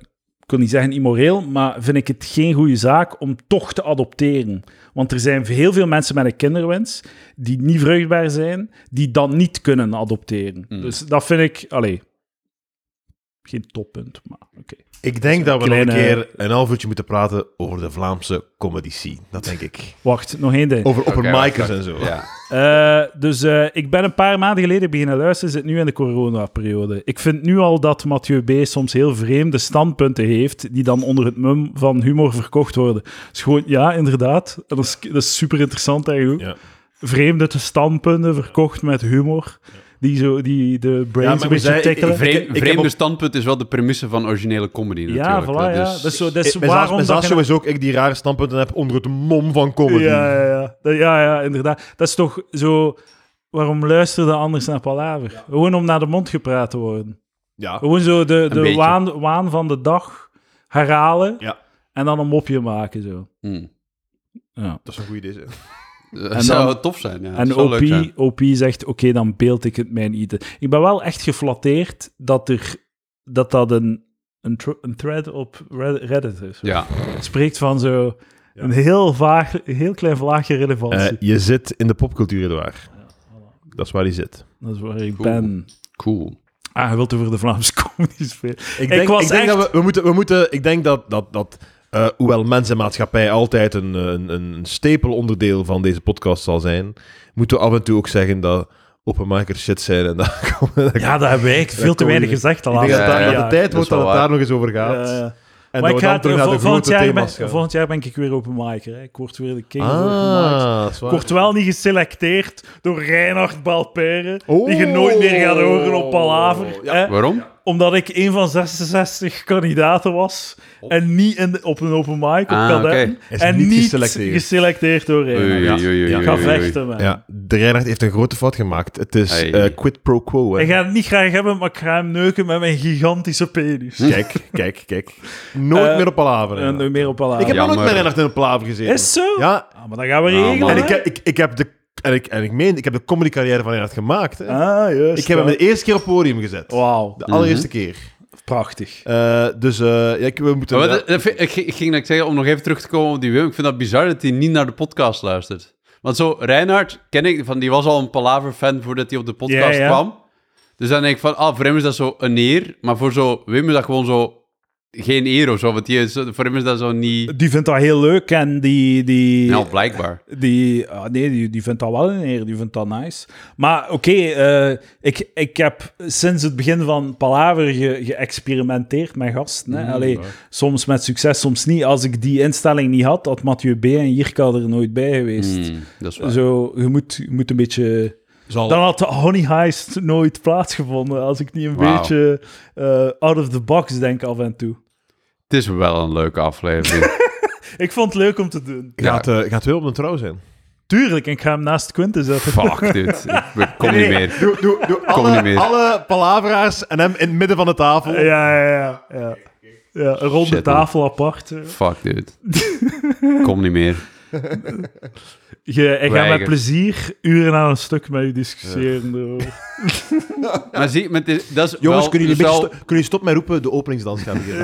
ik wil niet zeggen immoreel, maar vind ik het geen goede zaak om toch te adopteren. Want er zijn heel veel mensen met een kinderwens die niet vruchtbaar zijn, die dan niet kunnen adopteren. Mm. Dus dat vind ik, allee, geen toppunt, maar oké. Okay. Ik denk dat we kleine... nog een keer een half uurtje moeten praten over de Vlaamse comedy scene. Dat denk ik. Wacht, nog één ding. Over openmikers okay, en zo. Ja. Uh, dus uh, ik ben een paar maanden geleden beginnen luisteren, zit nu in de coronaperiode. Ik vind nu al dat Mathieu B. soms heel vreemde standpunten heeft, die dan onder het mum van humor verkocht worden. Dus gewoon, ja, inderdaad. Dat is, dat is super interessant eigenlijk. Ja. Vreemde standpunten verkocht met humor. Die, zo, die de brains Ja, een beetje zei, tikkelen. ik- Vreem, ik vreemde heb op- standpunt is wel de premisse van originele comedy ja, natuurlijk. voilà, hè. ja. Dus, Dat is, zo, dat is Eh, Met waarom zelfs dat je- sowieso ook ik die rare standpunten heb onder het mom van comedy. Ja, ja, ja. Dat- ja, ja, inderdaad. Dat is toch zo... Waarom luisterde anders naar Palaver? Ja. Gewoon om naar de mond gepraat te worden. Ja. Gewoon zo de, de beetje. waan, waan van de dag herhalen Ja. en dan een mopje maken. Zo. hmm. Ja. Dat is een goed idee. Zeg. Dat En zou dan- tof zijn, ja. En Dat zou leuk zijn. O P, O P zegt, oké, dan beeld ik het mijn eten. Ik ben wel echt geflatteerd dat er, dat, dat een, een, tr- een thread op Red- Reddit is. Ja. Het spreekt van zo Ja. een heel, vaag, een heel klein vlaagje relevantie. Eh, je zit in de popcultuur, Edouard. Dat is waar hij zit. Dat is waar ik Cool. ben. Cool. Ah, je wilt over de Vlaamse comedy spelen. Ik denk, was ik denk echt- dat we, we moeten... We moeten ik denk dat... dat, dat uh, hoewel mens en maatschappij altijd een, een, een stapelonderdeel van deze podcast zal zijn, moeten we af en toe ook zeggen dat openmakers shit zijn. En dat, Ja, dat hebben wij echt veel te kom je- weinig gezegd de ik denk laatste dat, Ja, dat ja, de tijd dat wordt is wel dat het waar. daar nog eens over gaat. Ja, ja. En Maar dat ik we ga, dan terug naar de vol- volgend, grote jaar ben, thema's gaan. volgend jaar ben ik weer openmaker. Hè. Ik word weer de king of openmakers. Ah, dat is Ik waar. word wel niet geselecteerd door Reinhard Balperen, Oh. die je nooit meer gaat horen op Palaver. Ja. Hè. Waarom? Omdat ik een van zesenzestig kandidaten was en niet in de- op een open mic op Ah, Kadetten. oké. Is En niet niet geselecteerd. geselecteerd door Reinhard. Oei, Ja. oei, oei, Ja. oei, Ik ga oei, oei. vechten, man. Ja, de Reinhard heeft een grote fout gemaakt. Het is Hey. eh, quid pro quo. Hè. Ik ga het niet graag hebben, maar ik ga hem neuken met mijn gigantische penis. Kijk, kijk, kijk. Nooit Eh, meer op Palaver. En nu meer op Palaver. Ik heb nog nooit Jammer. met Reinhard in een Palaver gezeten. Is zo? Ja, Ah, maar dan gaan we Ah, regelen. man. en hè? ik, heb- ik, ik heb de... En ik, en ik meen, ik heb de comedy-carrière van Reinhard gemaakt. Hè. Ah, juist. ik heb hem de eerste keer op het podium gezet. Wauw, De allereerste Mhm. keer. prachtig. Eh, dus eh, ja, ik, we moeten... Maar dat- dat vind- ik, ik ging net zeggen, om nog even terug te komen op die Wim, ik vind dat bizar dat hij niet naar de podcast luistert. Want zo, Reinhard, ken ik, van, die was al een Palaver-fan voordat hij op de podcast Ja, ja. kwam. Dus dan denk ik van, ah, voor hem is dat zo een eer, maar voor zo, Wim is dat gewoon zo geen eer of zo, want die is, voor hem is dat zo niet... Die vindt dat heel leuk en die... die Nou, blijkbaar. Die, ah, nee, die, die vindt dat wel een eer, die vindt dat nice. Maar oké, eh, ik, ik heb sinds het begin van Palaver ge, geëxperimenteerd met gasten. Hè. Mm, Allee, waar. soms met succes, soms niet. Als ik die instelling niet had, had Mathieu B. en Jirka er nooit bij geweest. Mm, dat is waar. Zo, je moet, je moet een beetje... Zal... Dan had de Honey Heist nooit plaatsgevonden, als ik niet een Wauw. beetje eh, out of the box denk af en toe. Het is wel een leuke aflevering. Ik vond het leuk om te doen. Gaat, eh, gaat wel op een trouw zijn. Tuurlijk, en ik ga hem naast Quinten zetten. Fuck, dude. Ik kom niet meer. Doe, doe, doe Kom alle, niet meer. alle palaveraars en hem in het midden van de tafel. Ja, ja, ja. ja. ja een ronde Shit, man. tafel apart. eh. Fuck, dude. Kom niet meer. Je, ik ga Weiger. met plezier uren aan een stuk met je discussiëren. erover. Maar zie, met dit, dat is Jongens, wel, kunnen jullie, dat een is beetje sto- kunnen jullie stop met roepen? De openingsdans gaan beginnen.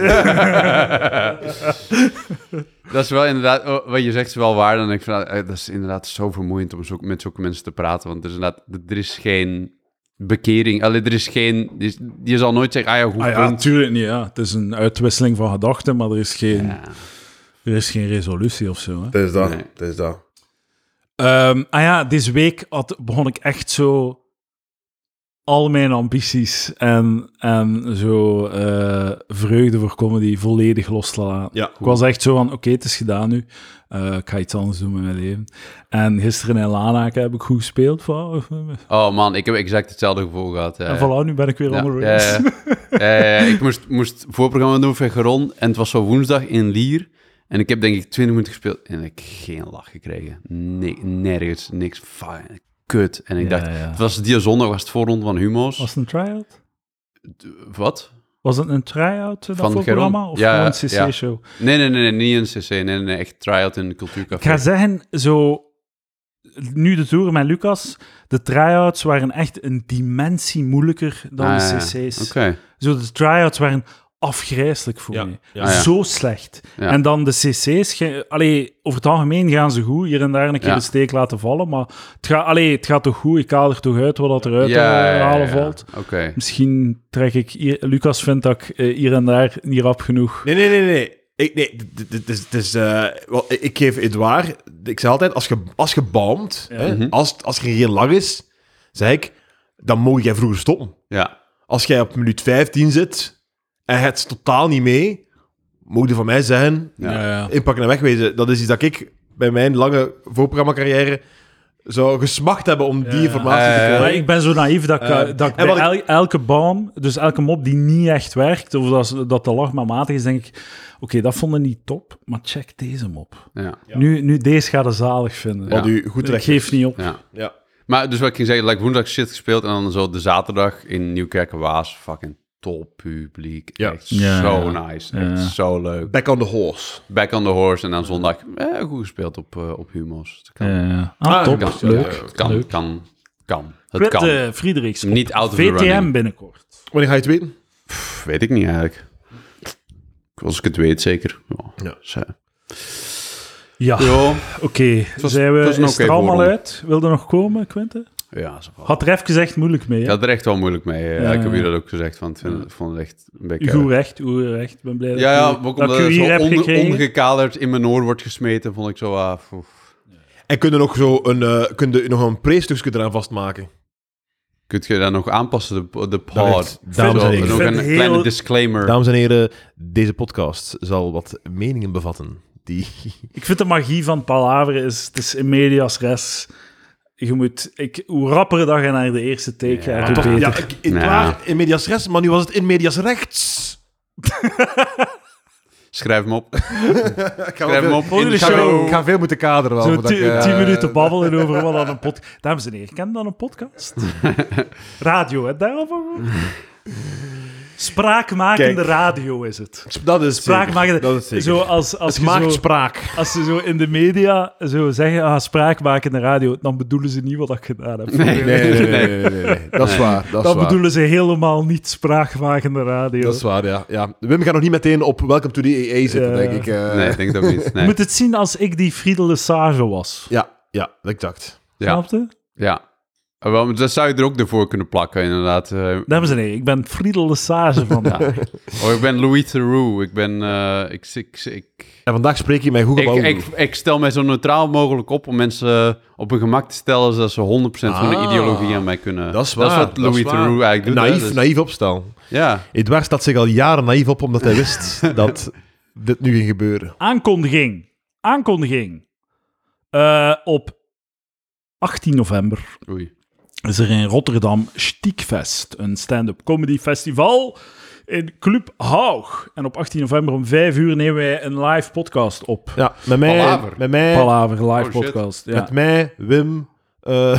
Dat is wel inderdaad, oh, wat je zegt is wel waar. Dan denk ik van, eh, dat is inderdaad zo vermoeiend om zo, met zulke mensen te praten. Want er is inderdaad, er is geen bekering. Allee, er is geen, die, die zal nooit zeggen, ah ja, goed Ah ja, punt. natuurlijk niet. Ja. Het is een uitwisseling van gedachten, maar er is geen, Ja. er is geen resolutie of zo. Hè. Het is dat. Nee. Het is dat. Ehm, ah ja, deze week had, begon ik echt zo al mijn ambities en, en zo eh, vreugde voor comedy volledig los te laten. Ja. Ik was echt zo van, oké, het is gedaan nu. Eh, ik ga iets anders doen met mijn leven. En gisteren in Lanaken heb ik goed gespeeld. Van, Oh man, ik heb exact hetzelfde gevoel gehad. eh. en voilà, nu ben ik weer Ja, on the ja, rails. ja. Eh, ik moest, moest voorprogramma doen voor Geron en het was zo woensdag in Lier. En ik heb denk ik twintig minuten gespeeld en ik heb geen lach gekregen. Nee, nergens, niks. Fijn, kut. En ik Ja, dacht, ja. het was die zondag was het voorronde van Humo's. Was het een try-out? Wat? Was het een try-out, eh, dat Van voorprogramma? Geron? Of Ja, gewoon een ja. cc-show? Nee, nee, nee, nee, niet een cc. Nee, nee, nee, echt try-out in de Ik cultuurcafé. ga zeggen, zo... Nu de tour met Lucas, de try-outs waren echt een dimensie moeilijker dan Ah, de ja. cc's. Oké. Zo, de try-outs waren afgrijselijk voor Ja. mij. Ja. Ah, ja. Zo slecht. Ja. En dan de cc's, ge- allee, over het algemeen gaan ze goed, hier en daar een keer Ja. de steek laten vallen, maar het gaat, allee, het gaat toch goed, ik haal er toch uit wat dat eruit te ja, ja, halen ja. valt. Oké. Misschien trek ik... Hier, Lucas vindt dat ik eh, hier en daar niet rap genoeg... Nee, nee, nee, nee. Ik, nee, dit- dit is, dit is, eh, wel, ik geef Edouard... Ik zeg altijd, als je, als je bouwt, Ja. hè, Mhm. als, als er geen lach is, zeg ik, dan moet jij vroeger stoppen. Ja. Als jij op minuut vijftien zit en het is totaal niet mee, moet je van mij zeggen, Ja. inpakken en wegwezen. Dat is iets dat ik bij mijn lange voorprogramma-carrière zou gesmacht hebben om die Ja. informatie te Eh, krijgen. Maar ik ben zo naïef dat ik, Eh, dat ik en bij wat ik- el- elke baum, dus elke mop die niet echt werkt, of dat, ze- dat de lach maar matig is, denk ik, oké, dat vonden niet top, maar check deze mop. Ja. Ja. Nu, nu deze gaat het zalig vinden. Wat u goed ik recht geef niet op. Ja. Ja. Maar dus wat ik ging zeggen, like, woensdag shit gespeeld en dan zo de zaterdag in Nieuwkerk-Waas, fucking top publiek. Ja. Echt Ja, zo ja. nice. Echt Ja. zo leuk. Back on the horse. Back on the horse en dan zondag eh, goed gespeeld op, uh, op Humos. Dat kan. Uh, ah, Ah, top. kan, Leuk. Ja, het kan, Leuk. kan, kan. Het Quint, kan. eh, Friedrichs, Niet out of the V T M running. binnenkort. Wanneer ga je het weten? Pff, weet ik niet eigenlijk. Als ik het weet, zeker. Ja. Ja. Zo. Ja, Ja, oké. was- Zijn we het was een is oké het er allemaal voorronde. uit? Wilde nog komen, Quinte? ja, zo wel. Had er even echt moeilijk mee, Ik hè? had er echt wel moeilijk mee. Ja, Ja. ik heb hier dat ook gezegd. Van, ik vind- ik vond het echt een beetje... Goed recht, goed recht. Ik ben blij dat Ja, ik ja, u- ook dat omdat ik u het hier zo heb on, gekregen. ongekaderd in mijn oor wordt gesmeten, vond ik zo... Ah, poef. En kun je nog zo een, uh, kun je nog een pre-stukje eraan vastmaken? Kun je dat nog aanpassen, de, de Dat pod? ligt- dames Zo, en heren. nog Ik een vind kleine heel- disclaimer. Dames en heren, deze podcast zal wat meningen bevatten. Die... Ik vind de magie van Palaver is, het is in medias res. Je moet, ik, hoe rapper dat je naar de eerste take Ja, gaat, toch- hoe beter. Ja, ik, in, Ja. waar, in medias res, maar nu was het in medias rechts. Schrijf hem op. Ik ga, Schrijf hem veel, op in Volgende de ik ga, show. veel, show. ik ga veel moeten kaderen. Wel, Zo voordat ti- ik, eh, tien minuten babbelen over wat aan een podcast... Dames en heren, ken je dan een podcast? Radio, hè? Daarover? Spraakmakende Kijk. radio is het. Dat is Spraakmakende... zeker. Dat is zeker. Zo als, als Het je maakt zo, spraak. als ze zo in de media zo zeggen, ah, spraakmakende radio, dan bedoelen ze niet wat ik gedaan heb. Nee. Nee, nee, nee, nee, nee, nee, nee. Dat is waar. Dat is Dan waar. bedoelen ze helemaal niet spraakmakende radio. Dat is waar, ja. ja. Wim gaat nog niet meteen op Welcome to the A A zitten, Ja. denk ik. eh. Nee, ik denk dat ook niet. Je Nee. moet het zien als ik die Friedel de Sage was. Ja, ja, exact. Ja, Snapte? ja. Ah, wel, maar dat zou je er ook ervoor kunnen plakken, inderdaad. Eh, Dames en heren, ik ben Friedel de Sage vandaag. oh, ik ben Louis Theroux. Ik ben... eh, ik, ik, ik, En vandaag spreek je met Google ik, Bauer. ik, ik stel mij zo neutraal mogelijk op om mensen op hun gemak te stellen zodat ze honderd procent van de Ah, ideologie aan mij kunnen. Dat is waar. Dat is wat Louis waar. Theroux eigenlijk doet. hè, Naïef, dus- naïef opstel. Ja. Edouard staat zich al jaren naïef op, omdat hij wist dat dit nu ging gebeuren. Aankondiging. Aankondiging. Eh, op achttien november Oei. is er in Rotterdam Stiekfest, een stand-up comedy festival in Club Haug. En op achttien november om vijf uur nemen wij een live podcast op. Ja, met mij... Palaver. Met mij, Palaver, live Oh, shit. podcast. Ja. met mij Wim... eh,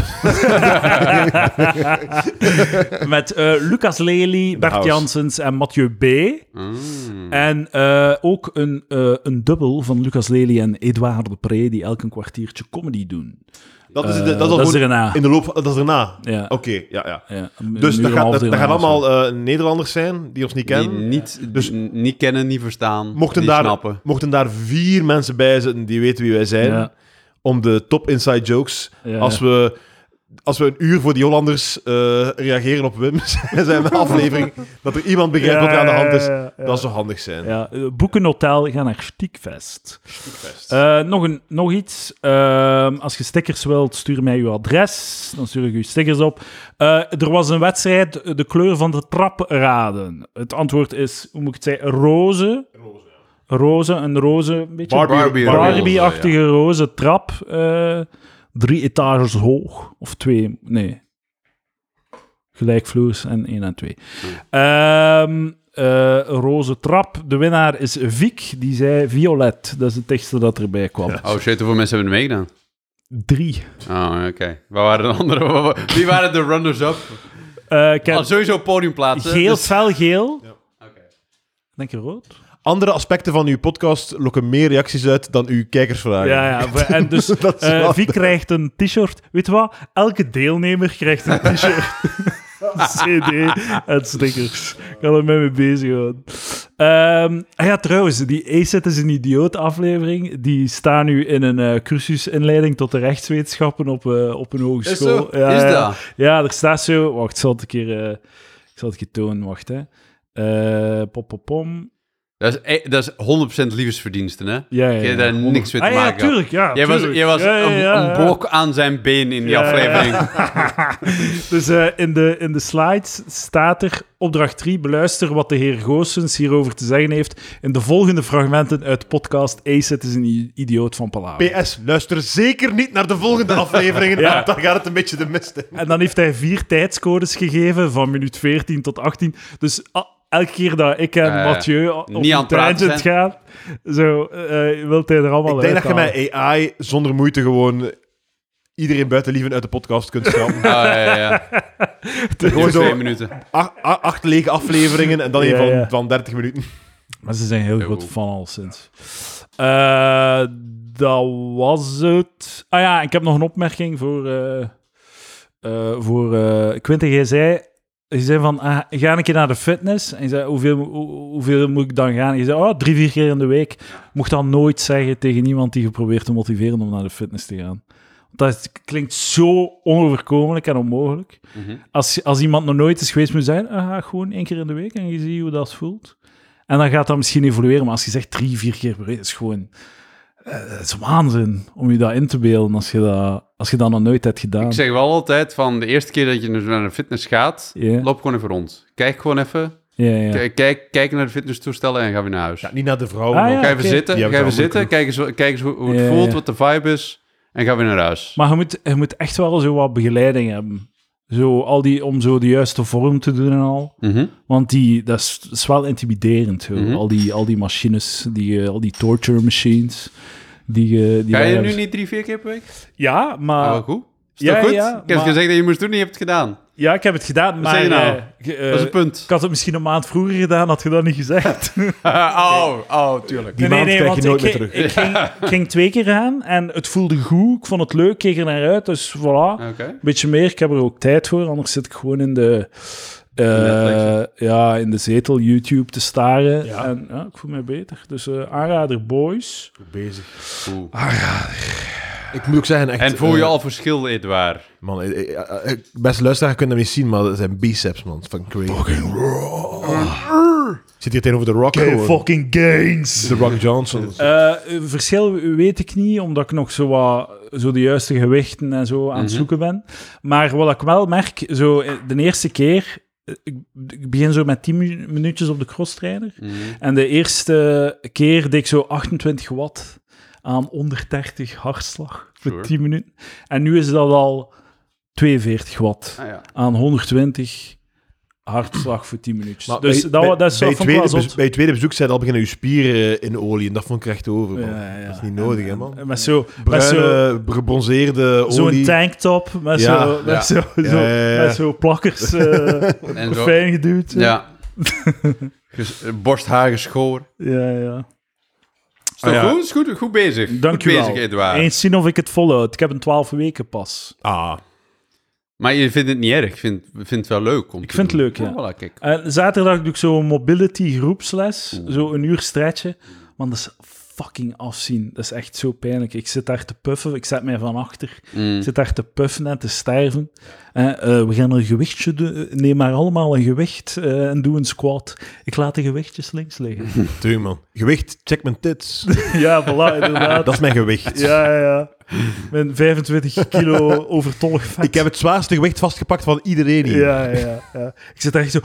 Met eh, Lucas Lely, Bert house. Janssens en Mathieu B. Mm. En eh, ook een, eh, een dubbel van Lucas Lely en Edouard de Pre, die elk een kwartiertje comedy doen. dat is, Eh, dat is, al dat is gewoon erna. in de loop... Dat is erna. Ja. Oké, ja, ja. Ja, een Dus uur dat, en een gaat, half dat, dat erna gaan of zo. allemaal eh, Nederlanders zijn die ons niet Die kennen. niet, Dus- die niet kennen, niet verstaan, Mochten niet daar, snappen. mochten daar vier mensen bij zitten die weten wie wij zijn, Ja. om de top inside jokes, Ja. als, we, als we een uur voor die Hollanders eh, reageren op Wim, zijn aflevering, dat er iemand begrijpt wat er aan de hand is, Ja, ja, ja. dat zou handig zijn. Ja, eh, boek een hotel, ga naar Stiekfest. Eh, nog, een, nog iets. Eh, als je stickers wilt, stuur mij uw adres. Dan stuur ik u stickers op. Eh, er was een wedstrijd, de kleur van de trap raden. Het antwoord is, hoe moet ik het zeggen, roze. Roze, een roze, een beetje Barbie- Barbie- Barbie-achtige roze trap. eh, drie etages hoog. Of twee, nee. Gelijkvloers en één en twee. Ehm eh, roze trap. De winnaar is Vic, die zei violet. Dat is het tekstje dat erbij kwam. Oh shit, hoeveel mensen hebben er meegedaan? Drie. Oh, oké. Waar waren de andere? Wie waren de runners-up? Eh, ik heb Oh, sowieso podiumplaatsen. geel, dus- felgeel. Oké. Denk je rood? Andere aspecten van uw podcast lokken meer reacties uit dan uw kijkersvragen. Ja, ja. voor- En dus Dat is eh wel- Vic krijgt een t-shirt. Weet je wat? Elke deelnemer krijgt een t-shirt. C D en stickers. Ik ga er mee mee bezig houden. Um, ah ja, trouwens, die A-Set is een idioot aflevering. Die staan nu in een uh, cursusinleiding tot de rechtswetenschappen op, uh, op een hogeschool. Is, zo? Ja, is ja. dat? Ja, er staat zo... Wacht, ik zal het een keer, uh, ik zal het een keer tonen. Wacht, hè. Uh, pop, pop, pom. Dat is, dat is honderd procent liefdesverdiensten, hè? Ja, ja, ja. Je hebt daar niks mee te ah, maken. Ja, tuurlijk, ja. Jij was, tuurlijk. jij was ja, ja, ja, een, een blok aan zijn been in die ja, aflevering. Ja. Dus uh, in, de, in de slides staat er opdracht drie. Beluister wat de heer Goossens hierover te zeggen heeft in de volgende fragmenten uit de podcast A-Set is een idioot van Palaver. P S, luister zeker niet naar de volgende afleveringen, Ja. want dan gaat het een beetje de mist in. En dan heeft hij vier tijdscodes gegeven van minuut veertien tot achttien. Dus... Uh, elke keer dat ik en Uh, Mathieu op niet aan een het praten tangent gaan, zo uh, wilt hij er allemaal Ik denk uit dat je met A I zonder moeite gewoon iedereen buiten lieven uit de podcast kunt schrappen. Oh, ja, ja, ja. Gewoon zo twee minuten. acht, acht lege afleveringen en dan een Ja, van, ja. van dertig minuten. Maar ze zijn heel Heel goed goed. van al sinds. Uh, dat was het. Ah ja, ik heb nog een opmerking voor... Uh, uh, voor uh, Quinten, jij zei... Je zei van, ah, ga een keer naar de fitness. En je zei, hoeveel, hoe, hoeveel moet ik dan gaan? En je zei, oh, drie, vier keer in de week. Mocht dat nooit zeggen tegen iemand die je probeert te motiveren om naar de fitness te gaan. Want dat is- klinkt zo onoverkomelijk en onmogelijk. Mhm. Als, als iemand nog nooit is geweest, moet je zeggen, ah, ga gewoon één keer in de week en je ziet hoe dat voelt. En dan gaat dat misschien evolueren. Maar als je zegt drie, vier keer per week, is gewoon... Uh, het is waanzin om je dat in te beelden als je dat, als je dat nog nooit hebt gedaan. Ik zeg wel altijd van de eerste keer dat je naar de fitness gaat, Ja. loop gewoon even rond. Kijk gewoon even. Ja, ja. K- Kijk, kijk naar de fitnesstoestellen en ga weer naar huis. Ja, niet naar de vrouw. Ah, maar- ja. Ga even oké. zitten, Die ga hebben even het wel zitten kijk eens, kijk eens hoe, hoe het Ja, voelt, ja. wat de vibe is en ga weer naar huis. Maar je moet, je moet echt wel zo wat begeleiding hebben. Zo, al die, om zo de juiste vorm te doen en al. Mhm. Want die, dat, is, dat is wel intimiderend. Zo. Mhm. Al, die, al die machines, die, uh, al die torture machines. Die, uh, die Ga wij je hebben. nu niet drie, vier keer per week? Ja, maar... Ah, wel goed. Is ja, toch goed? ja, ik heb maar- gezegd dat je moest doen en je hebt het gedaan. Ja, ik heb het gedaan, Wat maar... zeg je nou? uh, ge- uh, Dat is het punt. ik had het misschien een maand vroeger gedaan, had je dat niet gezegd. oh, oh, tuurlijk. Die maand krijg je nooit ik, meer ging- ik, ging, ik ging twee keer aan en het voelde goed. Ik vond het leuk, ik keek er naar uit. Dus voilà, Oké. een beetje meer. Ik heb er ook tijd voor, anders zit ik gewoon in de... uh, Netflix. ja, in de zetel YouTube te staren. Ja. En ja, ik voel me beter. Dus uh, aanrader, boys. Goed bezig. Oeh. Ik moet ook zeggen, echt... En voel je eh, al verschil, Edouard? Man, eh, eh, eh, eh, beste luisteraar kunnen dat niet zien, maar dat zijn biceps, man. Fucking crazy. Fucking Zit hier tegenover de Rock gewoon. fucking gains. De Rock Johnson. Uh, verschil weet ik niet, omdat ik nog zo, wat, zo de juiste gewichten en zo aan het Mhm. zoeken ben. Maar wat ik wel merk, zo eh, de eerste keer... eh, Ik, ik begin zo met tien minu- minuutjes op de crosstrainer. Mhm. En de eerste keer deed ik zo achtentwintig watt aan honderddertig hartslag voor Sure. tien minuten. En nu is dat al tweeënveertig watt Ah, ja. aan honderdtwintig hartslag voor tien minuutjes. Maar Dus bij, dat, bij, wa- dat is bij, dat je vond ik wel tweede, zot. bez- bij je tweede bezoek zei al beginnen je spieren in olie. En dat vond ik er echt over, man. Ja, ja. Dat is niet nodig, En- hè, man. en Met zo, met zo, Bruine, gebronzeerde zo'n olie. tanktop, met, Ja, zo, met, ja. zo, zo, Ja, ja, ja. met zo plakkers uh, En zo, fijn geduwd. zo. ja. Ges- eh, borsthaar geschoren. ja, ja. Is toch Ah, ja. goed? Is goed, goed bezig. Dank goed u bezig, wel. Edouard. Eens zien of ik het volhoud. Ik heb een twaalf weken pas. Ah, Maar je vindt het niet erg. Ik vind, vind het wel leuk. Om Ik te vind het doen. leuk, ja. Voilà, kijk. En zaterdag doe ik zo'n mobility groepsles. Zo een uur stretchen. Man, dat is fucking afzien. Dat is echt zo pijnlijk. Ik zit daar te puffen. Ik zet mij van achter. Mm. Ik zit daar te puffen en te sterven. Eh, eh, we gaan een gewichtje doen. Neem maar allemaal een gewicht eh, en doe een squat. Ik laat de gewichtjes links liggen. tuurlijk, man. Gewicht, check mijn tits. Ja, voilà, inderdaad. Dat is mijn gewicht. Ja, ja, ja. Mijn vijfentwintig kilo overtollig vet. Ik heb het zwaarste gewicht vastgepakt van iedereen hier. Ja, ja, ja. Ik zit echt zo...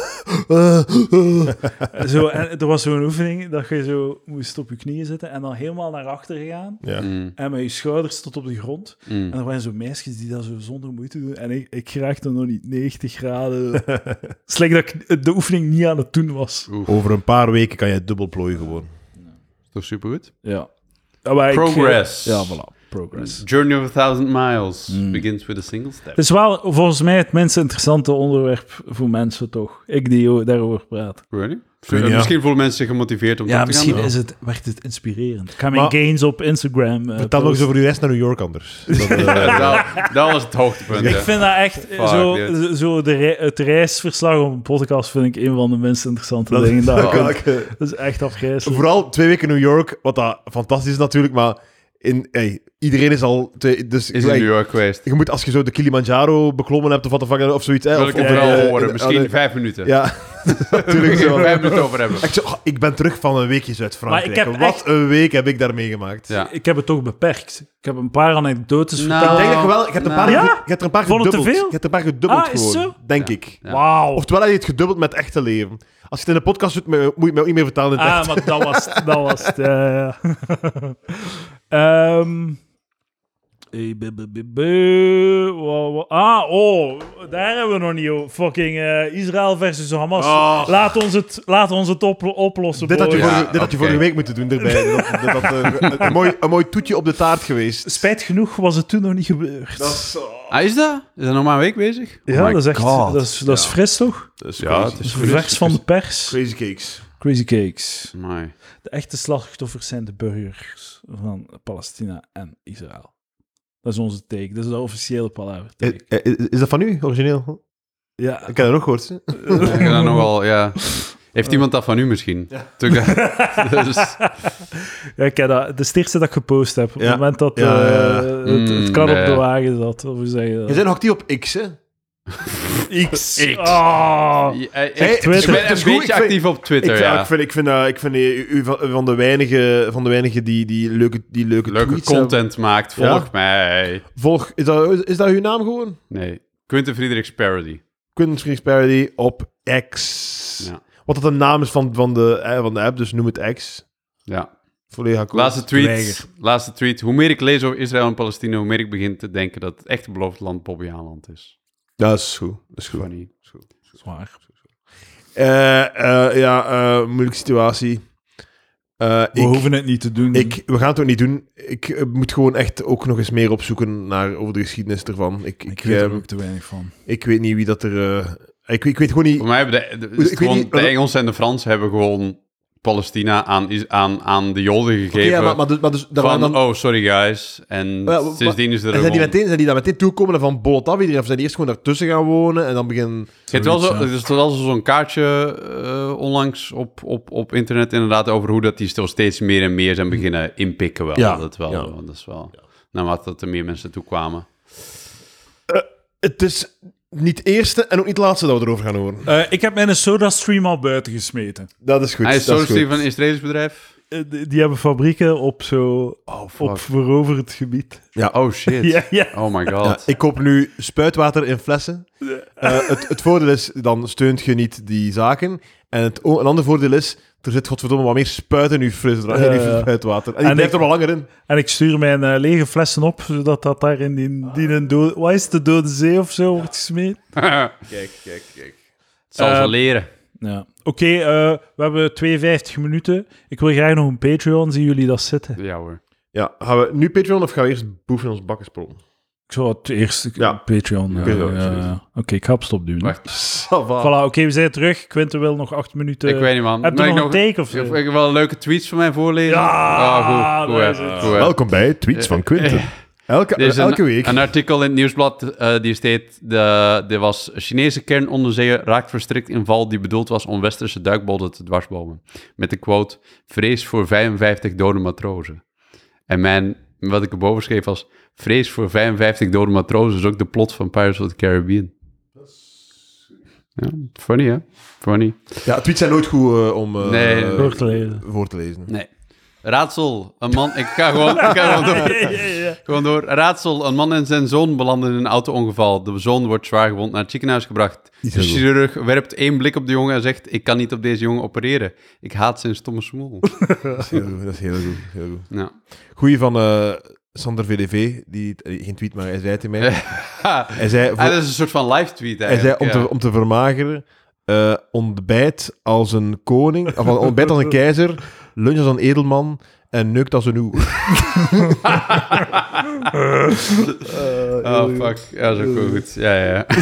zo en er was zo'n oefening dat je zo moest op je knieën zitten en dan helemaal naar achter gaan Ja. Mm. en met je schouders tot op de grond. Mm. En er waren zo meisjes die dat zo zonder moeite doen en ik, ik raakte nog niet negentig graden. Het is like dat ik de oefening niet aan het doen was. Oef, Over een paar weken kan je dubbel plooien gewoon. toch supergoed? Ja. Ja, maar ik, Progress. eh, ja, voilà. progress. Journey of a Thousand Miles Mm. begins with a single step. Het is wel volgens mij het minst interessante onderwerp voor mensen, toch? Ik die o- daarover praat. Really? weet niet, ja. Misschien voelen mensen zich gemotiveerd om Ja, dat te gaan misschien doen. is het, werd het inspirerend. Ik ga mijn Maar- gains op Instagram uh, Vertel nog eens over uw reis naar New York anders. Dat, eh, Ja, dat, dat was het hoogtepunt. Ik ja. vind dat echt, Fuck, zo, dude. zo de rei- het reisverslag op een podcast vind ik een van de minst interessante dat- dingen. Dat, dat ik- kan ik, eh, dat is echt afgrijzelijk. Vooral twee weken New York, wat dat fantastisch is natuurlijk, maar in, hey, iedereen is al... Twee, dus, Is in hey, New York geweest. je moet, als je zo de Kilimanjaro beklommen hebt of wat de fuck, of zoiets... Hè, Wil of, ik het of, wel eh, horen. in- Misschien eh, vijf minuten. Ja, natuurlijk Wil zo. ik er vijf minuten over hebben. Ik, zo, oh, ik ben terug van een weekje uit Frankrijk. Maar ik heb Wat echt- een week heb ik daar meegemaakt. Ja. Ik heb het toch beperkt. Ik heb een paar anekdotes Nou, Ik verteld. denk dat je wel... Je hebt, een paar, Nou. Ja? je hebt er een paar Vond het te gedubbeld. veel? Je hebt er een paar gedubbeld Ah, is gewoon, zo? denk Ja. ik. Ja. Wauw. Oftewel heb je het gedubbeld met echte leven. Als je het in de podcast doet, moet je moet je ook niet meer vertellen in het Ah, echt. maar dat was het. Dat was het. Ja, ja. Ehm, eh, bu- bu- bu- bu- wa- wa- Ah, oh, daar hebben we nog niet over. Fucking eh, Israël versus Hamas. Oh. Laat ons het, laat ons het op- oplossen, Dit had je, boys. Ja, vorige, dit had je oké. vorige week moeten doen erbij. Dat, dat, dat, eh, een, een mooi, een mooi toetje op de taart geweest. Spijt genoeg was het toen nog niet gebeurd. Dat is, Ah, is dat? Is dat nog maar een week bezig? ja, Oh my dat is echt God. dat is, dat is Ja. fris, toch? dat is Ja, crazy. het is Dat is vers van de pers. Crazy cakes. Crazy Cakes. Amai. De echte slachtoffers zijn de burgers van Palestina en Israël. Dat is onze take. Dat is de officiële palaver Is, take. is, is dat van u, origineel? Ja. Ik heb dat nog gehoord. Hè? Ik heb dat nogal, ja. Heeft iemand dat van u misschien? Ja. Toen ik dat- dus, Ja, ik heb dat. Dat is het eerste dat ik gepost heb. Op Ja. het moment dat Ja, eh, ja, ja. het, het Mm, kan op nee. de wagen zat. Of hoe zeg je dat? Je bent nog actief op X, hè? X. X. Ah. Ja, ik, Hey, ik Twitter. ben het een is goed, beetje ik vind- actief op Ik Twitter, vind, ja. ik vind, ik vind, uh, ik vind u, u van, van de weinige, van de weinige die, die leuke, die leuke, Leuke tweets hebben. content maakt, volg mij. Volg, is dat, is dat uw naam gewoon? Nee, Quentin Friedrichs parody. Quentin Friedrichs Parody op X. Ja. Wat dat een naam is van, van, de, eh, van de app, dus noem het X. Ja. Volledig akkoord. Laatste tweet, Weiger. laatste tweet. Hoe meer ik lees over Israël en Palestina, hoe meer ik begin te denken dat het echte beloofd land Bobbejaanland is. Ja, dat is goed. Dat is goed. Funny. Zwaar. Eh, eh, ja, eh, moeilijke situatie. Eh, We ik, hoeven het niet te doen. ik, we gaan het ook niet doen. Ik eh, moet gewoon echt ook nog eens meer opzoeken naar, over de geschiedenis ervan. Ik, ik ik, weet er eh, ook te weinig van. ik weet niet wie dat er... eh, ik, ik weet gewoon niet... Voor mij hebben de, de, Ik is het weet gewoon, niet- de Engelsen en de Fransen hebben gewoon Palestina aan, is- aan, aan de Joden gegeven. Oké, ja, maar, maar, dus, maar dus, daar van, waren dan... oh, sorry guys. En Ja, wa- sindsdien is er En zijn die, gewoon... meteen, zijn die daar meteen toegekomen en van bollet af iedereen? Of zijn die eerst gewoon daartussen gaan wonen en dan beginnen... Je hebt wel zo, Zoiets, ja. er is wel zo- zo'n kaartje eh, onlangs op, op, op internet inderdaad over hoe dat die stil steeds meer en meer zijn beginnen inpikken wel. Ja, Dat, wel ja. dat is wel... Naarmate dat er meer mensen toe kwamen. Het is niet het eerste en ook niet het laatste dat we erover gaan horen. Eh, ik heb mijn SodaStream al buiten gesmeten. Dat is goed. Hij is dat zo is goed. van een Israëlisch bedrijf. Eh, die, die hebben fabrieken op zo... Oh, op veroverd gebied. Oh, shit. Ja, ja. Oh my god. Ja, ik koop nu spuitwater in flessen. Eh, het, het voordeel is, dan steunt je niet die zaken. En het, o- een ander voordeel is, er zit godverdomme wat meer spuit in je frisdrank, in Ja, je ja. spuitwater. En die En blijft ik- er wel langer in. En ik stuur mijn eh, lege flessen op, zodat dat daar in die, die een dode... Wat is het, de Dode Zee of zo wordt gesmeed? Kijk, kijk, kijk. Het zal ze Eh, leren. Ja. Oké, eh, we hebben tweeënvijftig minuten. Ik wil graag nog een Patreon. Zien jullie dat zitten? Ja hoor. Ja, gaan we nu Patreon of gaan we eerst boef in ons bakken sprongen? Ik zou het eerst Ja. Patreon... eh, Ik weet het ook, ja, sorry. ja. Oké, ik ga op stop doen. hè. Wacht, Voilà. Voilà, oké, we zijn terug. Quinten wil nog acht minuten... ik weet niet man. Heb je Mag nog ik een take of zo? Ik ik wil leuke tweets van mij voorlezen. Ja, Oh, goed. Goed, daar hè. is het. Goed, hè. Welkom bij Tweets van Quinten. Elke, Er is een, elke week. een artikel in het nieuwsblad eh, die steekt... De, er was Chinese kernonderzeeër raakt verstrikt in val die bedoeld was om westerse duikboten te dwarsbomen. Met de quote, vrees voor vijfenvijftig dode matrozen. En mijn, wat ik erboven schreef was, vrees voor vijfenvijftig dode matrozen is ook de plot van Pirates of the Caribbean. Ja, funny hè? Funny. Ja, tweets zijn nooit goed eh, om eh, Nee. Voor te lezen. voor te lezen. Nee. Raadsel, een man... Ik ga gewoon, ik ga gewoon door. Ja, ja, ja. Gewoon door. Raadsel, een man en zijn zoon belanden in een auto-ongeval. De zoon wordt zwaar gewond naar het ziekenhuis gebracht. Niet De heel goed. chirurg werpt één blik op de jongen en zegt... Ik kan niet op deze jongen opereren. Ik haat zijn stomme smoel. Dat is heel goed. Dat is heel goed. Heel goed. Ja. Goeie van eh, Sander V D V, die, eh, geen tweet, maar hij zei het in mij. Hij zei, voor- Ah, dat is een soort van live tweet hij zei eigenlijk. om, ja. te, om te vermageren, eh, ontbijt als een koning, of ontbijt als een keizer, lunch als een edelman en neukt als een oe. Oh, fuck. Ja, dat is ook wel goed. Ja, ja, ja.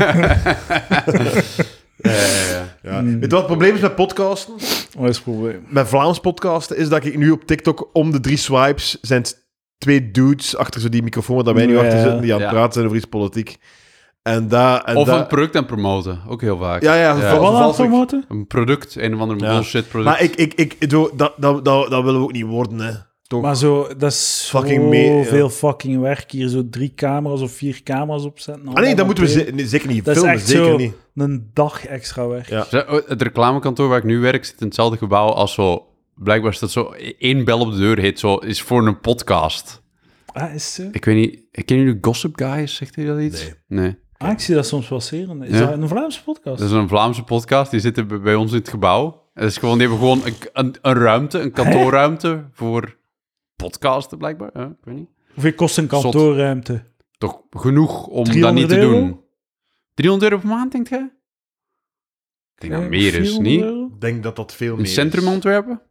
ja, ja, ja. Ja. Weet je wat het probleem is met podcasten? Wat is het probleem? Met Vlaams podcasten is dat ik nu op TikTok om de drie swipes zijn het twee dudes achter zo die microfoon waar dat wij nu Ja. achter zitten die aan het Ja. praten zijn over iets politiek. En dat... En Of dat... een product aan promoten. Ook heel vaak. Ja, ja, Ja. vals- Wat aan het valselijk. promoten? Een product, een of ander Ja. bullshit product. Maar ik, ik, ik, zo, dat, dat, dat, dat willen we ook niet worden, hè. Toch? Maar zo, dat is Fucking zo mee- ja. veel fucking werk hier. Zo drie camera's of vier camera's opzetten. Ah nee, dat moeten we ze ze- nee, zeker niet Dat is filmen, echt zeker zo niet. een dag extra werk. Ja. Zo, Het reclamekantoor waar ik nu werk zit in hetzelfde gebouw als zo... Blijkbaar staat zo... één bel op de deur heet zo... is voor een podcast. Ah, is het zo? Ik weet niet... Kennen jullie Gossip Guys? Zegt hij dat iets? Nee. Nee. Ah, ik zie dat soms passeren. Is Ja. dat een Vlaamse podcast? Dat is een Vlaamse podcast. Die zitten bij- bij ons in het gebouw. Het is gewoon, die hebben gewoon een, een, een ruimte, een kantoorruimte voor podcasten, blijkbaar. Ja, ik weet niet. Hoeveel kost een kantoorruimte? Toch genoeg om dat driehonderd niet te euro? doen. driehonderd euro per maand, denk je? Ik denk dat het meer is, vierhonderd niet? euro? Ik denk dat dat veel In meer het centrum is. Antwerpen?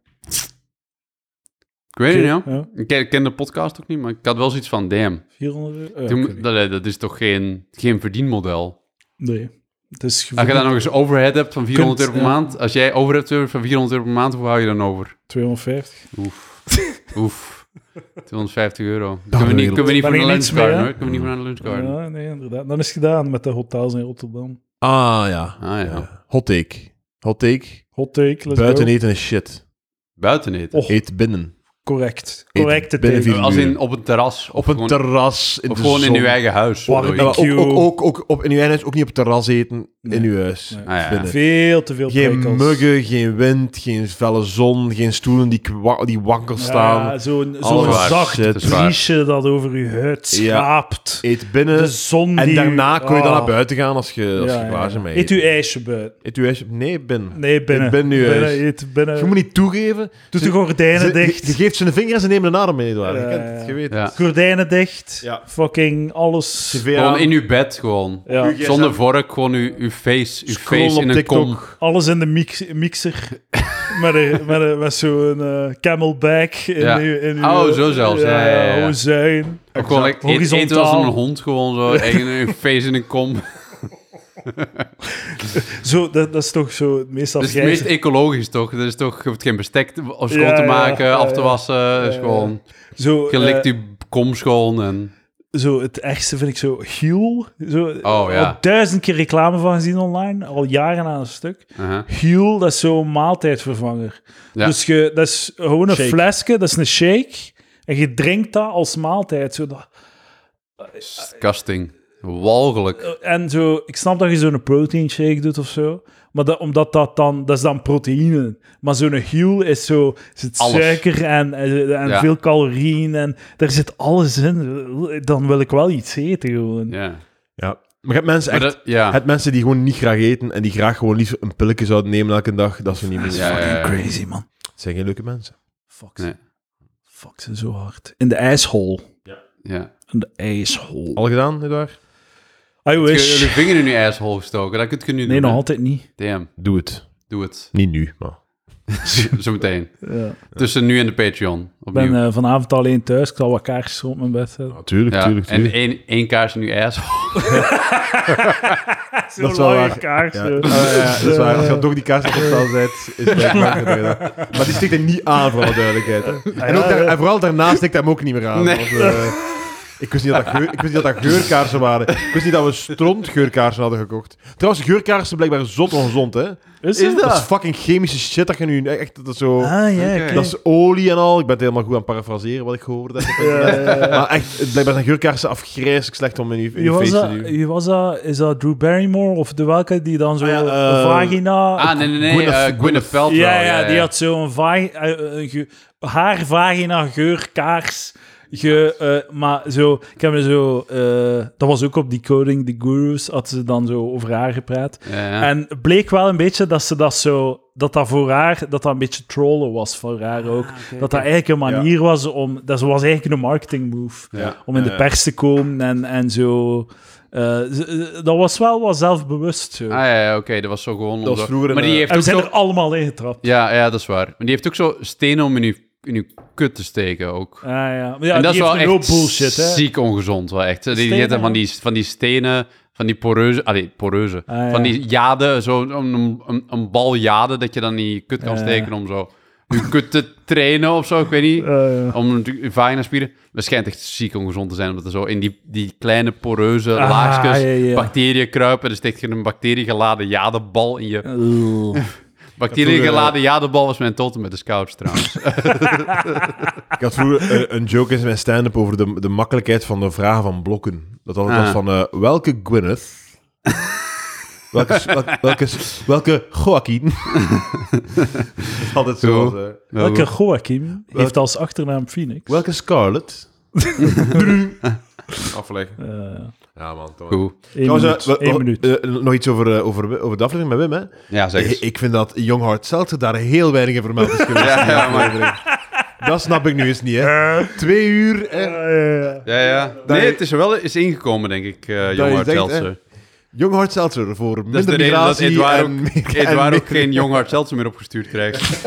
Ik weet het niet, Oké, ja. ja. Ik ken, ik ken de podcast ook niet, maar ik had wel zoiets van, damn. vierhonderd euro? Eh, Je ik moet- weet niet. dat, dat is toch geen, geen verdienmodel? Nee. Het is Als je dan nog eens overhead hebt van vierhonderd euro per ja. maand, als jij overhead hebt van vierhonderd euro per maand, hoe hou je dan over? tweehonderdvijftig. Oef. Oef. tweehonderdvijftig euro. Dag Kunnen we niet, wereld. kunnen we niet Ben voor ik een niets lunchcard, mee, hè? hoor. Kunnen we niet voor een lunchcard. Ja, nee, inderdaad. Dan is het gedaan met de hotels in Rotterdam. Ah, ja. Ah, ja. Ja. Hot take. Hot take. Hot take, let's Buiten go. eten is shit. Buiten eten. Och, Eet binnen. correct. Correcte binnen take. vier Als in uur. op een terras. Of Op een gewoon, terras in of de gewoon zon. in uw eigen huis. Barbecue. bedoel je? Ja, maar ook, ook, ook, ook op, in uw eigen huis, ook niet op het terras eten, Nee. in uw huis. Nee. Ah, ja. Binnen. Veel te veel Geen prikkels. muggen, geen wind, geen felle zon, geen stoelen die, kwa- die wankel staan. Ja, zo'n Alles zo'n waar. zacht Shit. Dat is waar. briesje dat over je huid schraapt. Eet binnen De zon en die... daarna kun je dan Ah. naar buiten gaan als je, als Ja, je klaar ja. bent met Eet eten. uw ijsje buiten. Eet uw huis? Nee, binnen. Nee, binnen. Eet binnen uw binnen, huis. eet binnen. Je moet niet toegeven. Doe Ze- de gordijnen Ze- dicht. Je, je geeft ze een vinger en ze nemen een adem mee, Eduard. Je Ja, kent het, ja. je weet Ja. het. Gordijnen dicht. Ja. Fucking alles. C V Gewoon aan. in uw bed, gewoon. Ja. Uw G S M. Zonder vork, gewoon uw, uw face, uw Scroll face op in een TikTok. kom. Alles in de mix mixer. met een, met, een, met zo'n eh, camelback in, Ja. uw, in uw... Oh, zo zelfs. Ja, ja, ja. Gewoon zuin. Of gewoon like, eet, Horizontaal. eten als een hond, gewoon zo. Eigen uw face in een kom. Zo, dat, dat is toch zo het meest Dat is het afgrijzend. meest ecologisch, toch? Dat is toch, je hoeft geen bestek te- of schoon Ja, te ja, maken, ja, af te ja. wassen. Dat is Ja, gewoon, Zo, je likt eh, je kom schoon en... zo, het ergste vind ik zo Huel. Zo, Oh, ja. al duizend keer reclame van gezien online, al jaren aan een stuk. Uh-huh. Huel, dat is zo'n maaltijdvervanger. Ja. Dus je, dat is gewoon een Shake. flesje, dat is een shake. En je drinkt dat als maaltijd. Zo dat, Disgusting. Walgelijk. en zo, ik snap dat je zo'n protein shake doet of zo. Maar dat, omdat dat dan, dat is dan proteïne. Maar zo'n Huel is zo, zit Alles. suiker en, en, en Ja. veel calorieën en daar zit alles in. Dan wil ik wel iets eten gewoon. Ja. Ja. Maar je hebt mensen, Maar echt, dat, ja. je hebt mensen die gewoon niet graag eten en die graag gewoon liever een pilletje zouden nemen elke dag, dat ze niet meer Ja, ja, ja. Crazy, man. Het zijn geen leuke mensen. Fuck, Nee. fuck ze zo hard. In de ijshol. Ja. In de ijshol. Al gedaan, Eduard? I Heb je wish. je vinger in je ijshol gestoken? Dat kun je nu doen. Nee, nog hè? altijd niet. Damn, Doe het. doe het. Niet nu, maar... Zometeen. Ja. Tussen nu en de Patreon. Ik Opnieuw. ben eh, vanavond alleen thuis. Ik zal wat kaarsjes rond mijn bed zetten. Natuurlijk, ja. tuurlijk, En tuurlijk. één, één kaars in uw ijshol. Zo'n Dat is wel lange waar. kaars. Ja. zo. Ah, ja, ja, dat is waar. Als je dan toch die kaars op het spel zet, is het echt lang gedaan. Maar die stikt er niet aan, voor alle duidelijkheid. Hè. En, ook daar, en vooral daarna stikt hij hem ook niet meer aan. Nee. Want, uh, ik, wist niet dat dat geur, ik wist niet dat dat geurkaarsen waren. Ik wist niet dat we strontgeurkaarsen hadden gekocht. Trouwens, geurkaarsen blijkbaar zot ongezond, hè? Is, Is het? Dat is fucking chemische shit dat je nu... Echt, dat is zo... Ah, ja, Oké. oké. Dat is olie en al. Ik ben het helemaal goed aan het parafraseren wat ik gehoord heb. op Ja, internet. ja, ja. Maar echt, blijkbaar zijn geurkaarsen afgrijzelijk slecht om in je, in Wie je was, face te dat, duwen. wie was dat? Is dat Drew Barrymore of de welke die dan zo Ah, ja, een eh, vagina... Ah, nee, nee, nee. Gwyneth- eh, Gwyneth- Gwyneth Paltrow. ja, ja, die had zo'n va eh, een ge- haar vagina geurkaars. Ge, eh, maar zo, ik heb me zo, eh, dat was ook op Decoding the Gurus, had ze dan zo over haar gepraat. Ja, ja. En het bleek wel een beetje dat ze dat zo, dat dat voor haar, dat dat een beetje trollen was voor haar ook. dat dat eigenlijk een manier was om, dat was eigenlijk een marketing move. Ja. Om in de Ja. pers te komen en, en zo. eh, ze- dat was wel wat zelfbewust zo. Ah ja, ja oké, dat was zo gewoon... Dat was onder- vroeger een, maar die eh, heeft en we ook zijn zo... er allemaal in getrapt. Ja, ja, dat is waar. Maar die heeft ook zo stenen om in je in je kut te steken ook. Ah, ja. Maar ja, en dat die is wel heeft echt een hoop bullshit, hè. ziek ongezond, wel echt. Die, die Stenen, hebben van die, van die stenen, van die poreuze... Allee, poreuze. Ah, ja. Van die jade, zo een, een, een bal jade dat je dan in je kut kan Ja. steken om zo je kut te trainen of zo, ik weet niet. Uh, ja. Om natuurlijk je vaginaspieren. Het schijnt echt ziek ongezond te zijn, omdat er zo in die, die kleine poreuze Ah, laagjes ja, ja. bacteriën kruipen. Dus steekt je een bacteriegeladen jadebal in je... Ugh. Bacteriegeladen jadebal was mijn totem met de scouts trouwens. Ik had vroeger een, een joke in mijn stand-up over de, de makkelijkheid van de vragen van blokken. Dat altijd Ah. was van, uh, welke Gwyneth... welke, welke, welke, welke Joaquin... Dat is altijd zo. Zo. Uh, Welke Joachim heeft als achternaam Phoenix? welke Scarlett... Afleggen. Uh, Ja, man. Toch. Goed. één Trouwens, minuut. uh, één nog, minuut. uh, nog iets over, uh, over, over de aflevering met Wim, hè? Ja, zeg eens. Ik, ik vind dat Young Hard Seltzer daar heel weinig in vermeld is geweest. Ja, in die ja, maar- aflevering. Dat snap ik nu eens niet, hè. Twee uur, hè. Ja, ja, ja. Ja, ja. Nee, je- het is er wel eens ingekomen, denk ik, uh, je Jong Hart denkt, Seltzer. Young Hard Seltzer voor Dat is minder de reden dat migratie Edouard en ook, meer- Edouard en ook geen Jong Hart Seltzer meer opgestuurd krijgt.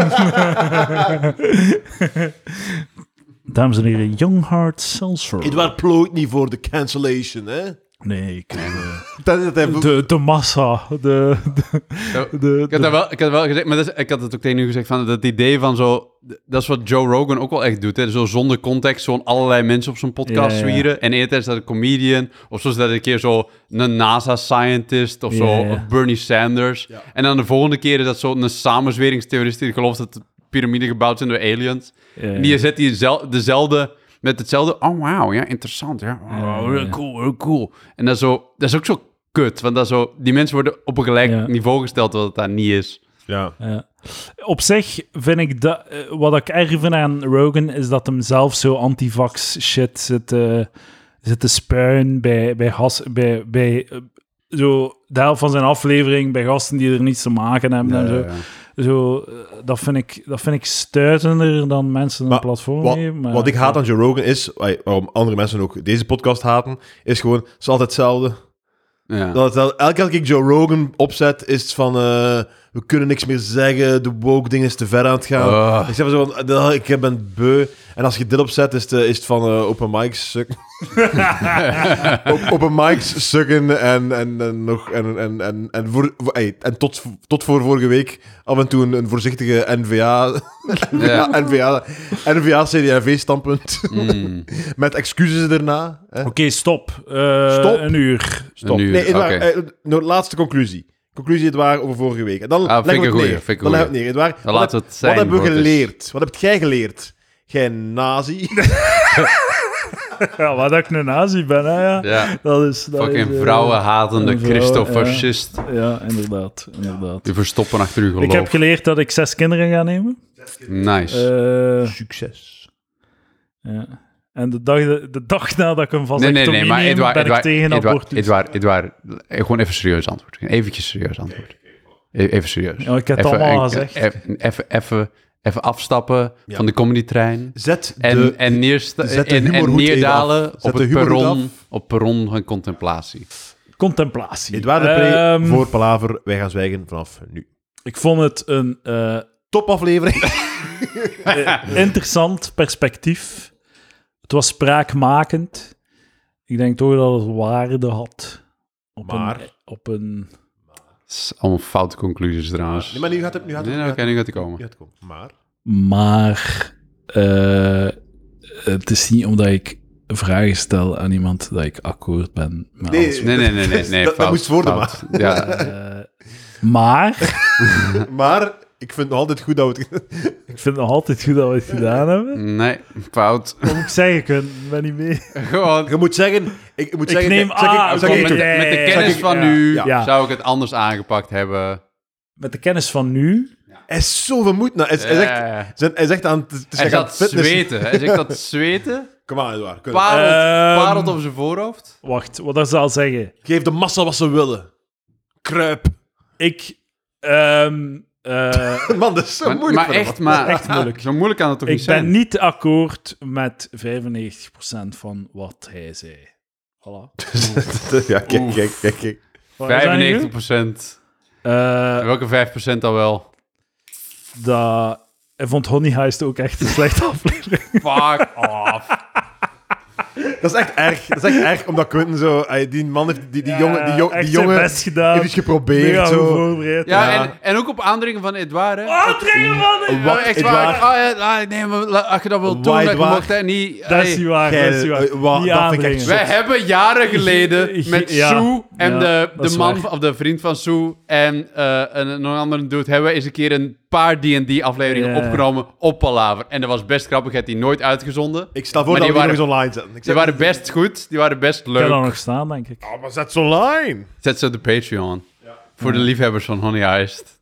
Dames en heren, Young Hard Seltzer. Edouard plooit niet voor de cancellation, hè. Nee, ik... Dat is het hij... De, de massa. De, de, Ja, de, Ik had, dat wel, ik had wel gezegd, maar dat is- ik had het ook tegen u gezegd, van dat idee van zo... Dat is wat Joe Rogan ook wel echt doet, hè. Zo zonder context, zo'n allerlei mensen op zijn podcast Ja, ja. zwieren. En eerder is dat een comedian, of zo is dat een keer zo een NASA-scientist, of zo Ja, ja. of Bernie Sanders. Ja. En dan de volgende keer is dat zo een samenzweringstheorist die gelooft dat de piramiden gebouwd zijn door aliens. Ja, ja. En die zet die zel- dezelfde... Met hetzelfde, oh wauw, ja, interessant, ja. Oh, Ja, ja, heel ja. cool, heel cool. En dat is, zo, dat is ook zo kut, want dat is zo, die mensen worden op een gelijk Ja. niveau gesteld, terwijl het daar niet is. Ja. Ja. Op zich vind ik dat... eh, wat ik erg vind aan Rogan, is dat hem zelf zo antivax shit zit, eh, zit te spuien bij, bij, gas, bij, bij eh, zo de helft van zijn aflevering, bij gasten die er niets te maken hebben en zo. Zo, eh, dat, vind ik, dat vind ik stuitender dan mensen een Maar platform Wat, geven. Maar, wat ik haat aan Joe Rogan is, ay, waarom andere mensen ook deze podcast haten, is gewoon, het is altijd hetzelfde. Ja. Dat het, el- elke keer als ik Joe Rogan opzet, is het van, eh, we kunnen niks meer zeggen, de woke ding is te ver aan het gaan. Oh. Ik zeg zo van, "Ah, ik ben beu. En als je dit opzet, is het, eh, is het van uh, open mics sukken. Op, open mics sukken en, en, en, nog, en, en, en, en, voor, voor- ay, en tot, tot voor vorige week af en toe een, een voorzichtige N V A, Ja. N V A, N V A C D V standpunt. Mm. Met excuses erna. Hè. Oké, stop. Eh, Stop. Een uur. Stop. Een uur, Nee, Edouard, oké. eh, nou, laatste conclusie. Conclusie, Edouard, over vorige week. En dan Ah, vind leggen ik we een het goeie, neer. vind ik Dan een leggen we het neer. Edouard, Dan wat, laten heb- we het zijn wat hebben we voor het is. geleerd? Wat heb jij geleerd? Jij nazi. Ja, wat ik een nazi ben, hè, ja. Ja, Dat is... Dat fucking is, eh, vrouwenhatende een vrouw, Christofascist. Ja, inderdaad. inderdaad. Die verstoppen achter uw geloof. Ik heb geleerd dat ik zes kinderen ga nemen. Nice. Eh, Succes. ja. En de dag, de dag nadat ik een nee, vasectomie nee, nee, maar neem, Edouard, ben Edouard, ik tegen Edouard, abortus. Edouard, Edouard, eh, gewoon even serieus antwoord. Eventjes serieus antwoord. E- Even serieus. Ja, ik heb het Even- allemaal en- gezegd. Even, even, even, even afstappen Ja. van de comedytrein. Zet En, de... en, neersta- zet de en, en humorhoed even neerdalen af. Zet op de het humorhoed perron, af. op perron van contemplatie. Contemplatie. Edouard de Pre Ehm, voor Palaver. Wij gaan zwijgen vanaf nu. Ik vond het een eh, Topaflevering. eh, interessant perspectief. Het was spraakmakend. Ik denk toch dat het waarde had. Op Maar? Een, op een... Dat is allemaal foute conclusies trouwens. Nee, maar nu gaat het, nu gaat het, Nee, nu nou, gaat oké, het, nu gaat hij nu komen. gaat het komen. Maar... Maar eh, het is niet omdat ik vragen stel aan iemand dat ik akkoord ben met Nee. alles. Nee, nee, nee, nee. nee Dat- dat fout, moest voor de fout. Ja, Eh, maar Maar ik vind het nog altijd goed dat we het... ik vind het nog altijd goed dat we het gedaan hebben. nee, fout. Wat moet ik zeggen? Ik ben ben niet mee. Gewoon, Je moet zeggen... Ik, ik moet Ik zeggen... neem zeg ik- aan, zeg oké, ik- met, de, nee, met de nee, kennis ik- van ja, nu ja. zou ik het anders aangepakt hebben. Met de kennis van nu. Hij is zoveel moed. Nou, hij, is- hij zegt, Eh, zijn- hij zegt aan het... het is hij echt aan zat het fitness. zweten. Hij zegt dat zweten. Kom aan, Edouard. Kun- Parelt, Ehm. parelt op zijn voorhoofd. Wacht, wat dat zal zeggen. Geef de massa wat ze willen. Kruip. Ik... ehm, eh, Man, dat is zo Maar, moeilijk maar voor hem, echt, man. maar echt moeilijk. Zo moeilijk kan het toch ik niet ben zijn? niet akkoord met vijfennegentig procent van wat hij zei. Voilà. Ja, kijk, Oef. kijk, kijk, kijk. Wat is dat vijfennegentig nu? procent. Eh, Welke vijf procent dan wel? dat hij vond Honey Heist ook echt een slechte aflevering. Fuck off. Dat is echt erg. Dat is echt erg, omdat Quentin zo... ey, die man heeft... Die, die Ja, jongen, die, jo- echt die zijn jongen best gedaan. heeft iets geprobeerd. Mega goed Zo. voorbereid. Ja, Ja. En, en ook op aandringen van Edouard, hè. Oh, dringen man! Wat, Ja, echt Edouard? waar. Ah, ja, ah, nee, maar la- als je dat wilt doen, Waar, dan Edouard? mocht hij niet... Dat is Hey, niet waar, dat is niet waar. Geil, eh, wat- Niet dat vind ik aandringen. echt wij hebben jaren geleden met Ja, Sue en ja, de, dat de is man, waar. of de vriend van Sue en eh, een, een andere dude, hebben we eens een keer een paar D en D-afleveringen Ja, ja. opgenomen op Palaver. En dat was best grappig, ik heb die nooit uitgezonden. Ik stel voor Maar dat we die die nog waren- eens online zetten. Ik Die zeg- waren best goed, die waren best Ik kan er leuk. nog staan, denk ik. Oh, maar zet ze online. Zet ze op de Patreon. Voor de liefhebbers van Honey Heist.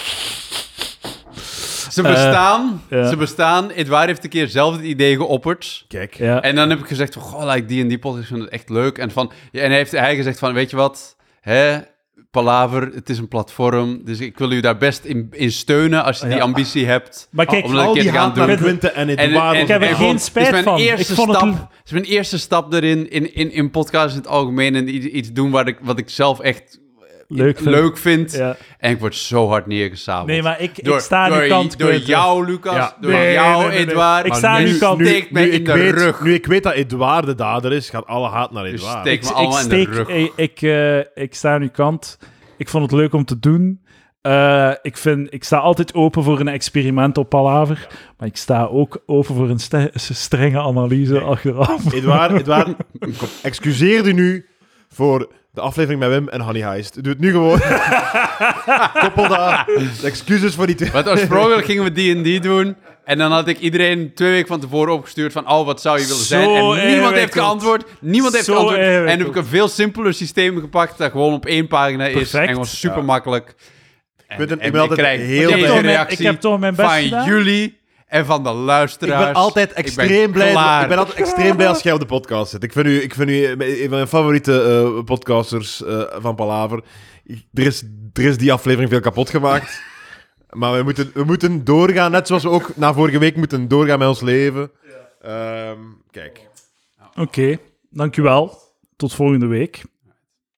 Ze bestaan, ja. ze bestaan. Edouard heeft een keer zelf het idee geopperd. Kijk. Ja. En dan heb ik gezegd van, goh, like die en die podcast, ik vind het echt leuk. En, van, ja, en hij heeft hij gezegd van, weet je wat, hè, Palaver, het is een platform, dus ik wil u daar best in, in steunen als je die Ja. ambitie hebt. Maar kijk, om dat een Al keer die te gaan haat naar doen. Quentin en En- Edouard. en- Ik heb er en geen gewoon- spijt het is mijn van. Eerste Ik vond het stap, een- Het is mijn eerste stap erin, in, in, in podcasts in het algemeen, en iets, iets doen wat ik, wat ik zelf echt Leuk vind. leuk vind. Ja. En ik word zo hard neergesabeld. Nee, maar ik, door, ik sta aan door, uw kant, Door Quentin. jou, Lucas. Ja. Door Nee, jou, nee, nee, nee. Edouard. Ik Maar sta aan nu uw kant. steekt mij nu, in ik de weet, rug. nu ik weet dat Edouard de dader is, gaat alle haat naar Dus Edouard. steek Ik, me ik, allemaal in de steek, rug. ik, ik, eh, ik sta aan uw kant. Ik vond het leuk om te doen. Eh, ik, vind, ik sta altijd open voor een experiment op Palaver. Maar ik sta ook open voor een ste- strenge analyse achteraf. Edouard, Edouard, kom, excuseer u nu voor de aflevering met Wim en Honey Heist. Doe het nu gewoon. Koppel dat. De excuses voor die twee. Want oorspronkelijk gingen we D en D doen. En dan had ik iedereen twee weken van tevoren opgestuurd van... Oh, wat zou je willen zijn? Zo En niemand heeft ingewikkeld. geantwoord. Niemand heeft Zo geantwoord. En nu heb ik ingewikkeld. een veel simpeler systeem gepakt... dat gewoon op één pagina is. Perfect. En gewoon super makkelijk. En, weet het, ik en ben altijd krijg heel deze blij. reactie Ik heb toch mijn best van gedaan. jullie en van de Ik luisteraars. ben altijd Ik ben extreem blij. klaar. Ik ben altijd extreem blij als jij op de podcast zit. Ik vind u, ik vind u een van mijn favoriete eh, podcasters eh, van Palaver. Er is, er is die aflevering veel kapot gemaakt. Maar we moeten, we moeten doorgaan, net zoals we ook na vorige week moeten doorgaan met ons leven. Ehm, kijk. Oké, dankjewel. Tot volgende week.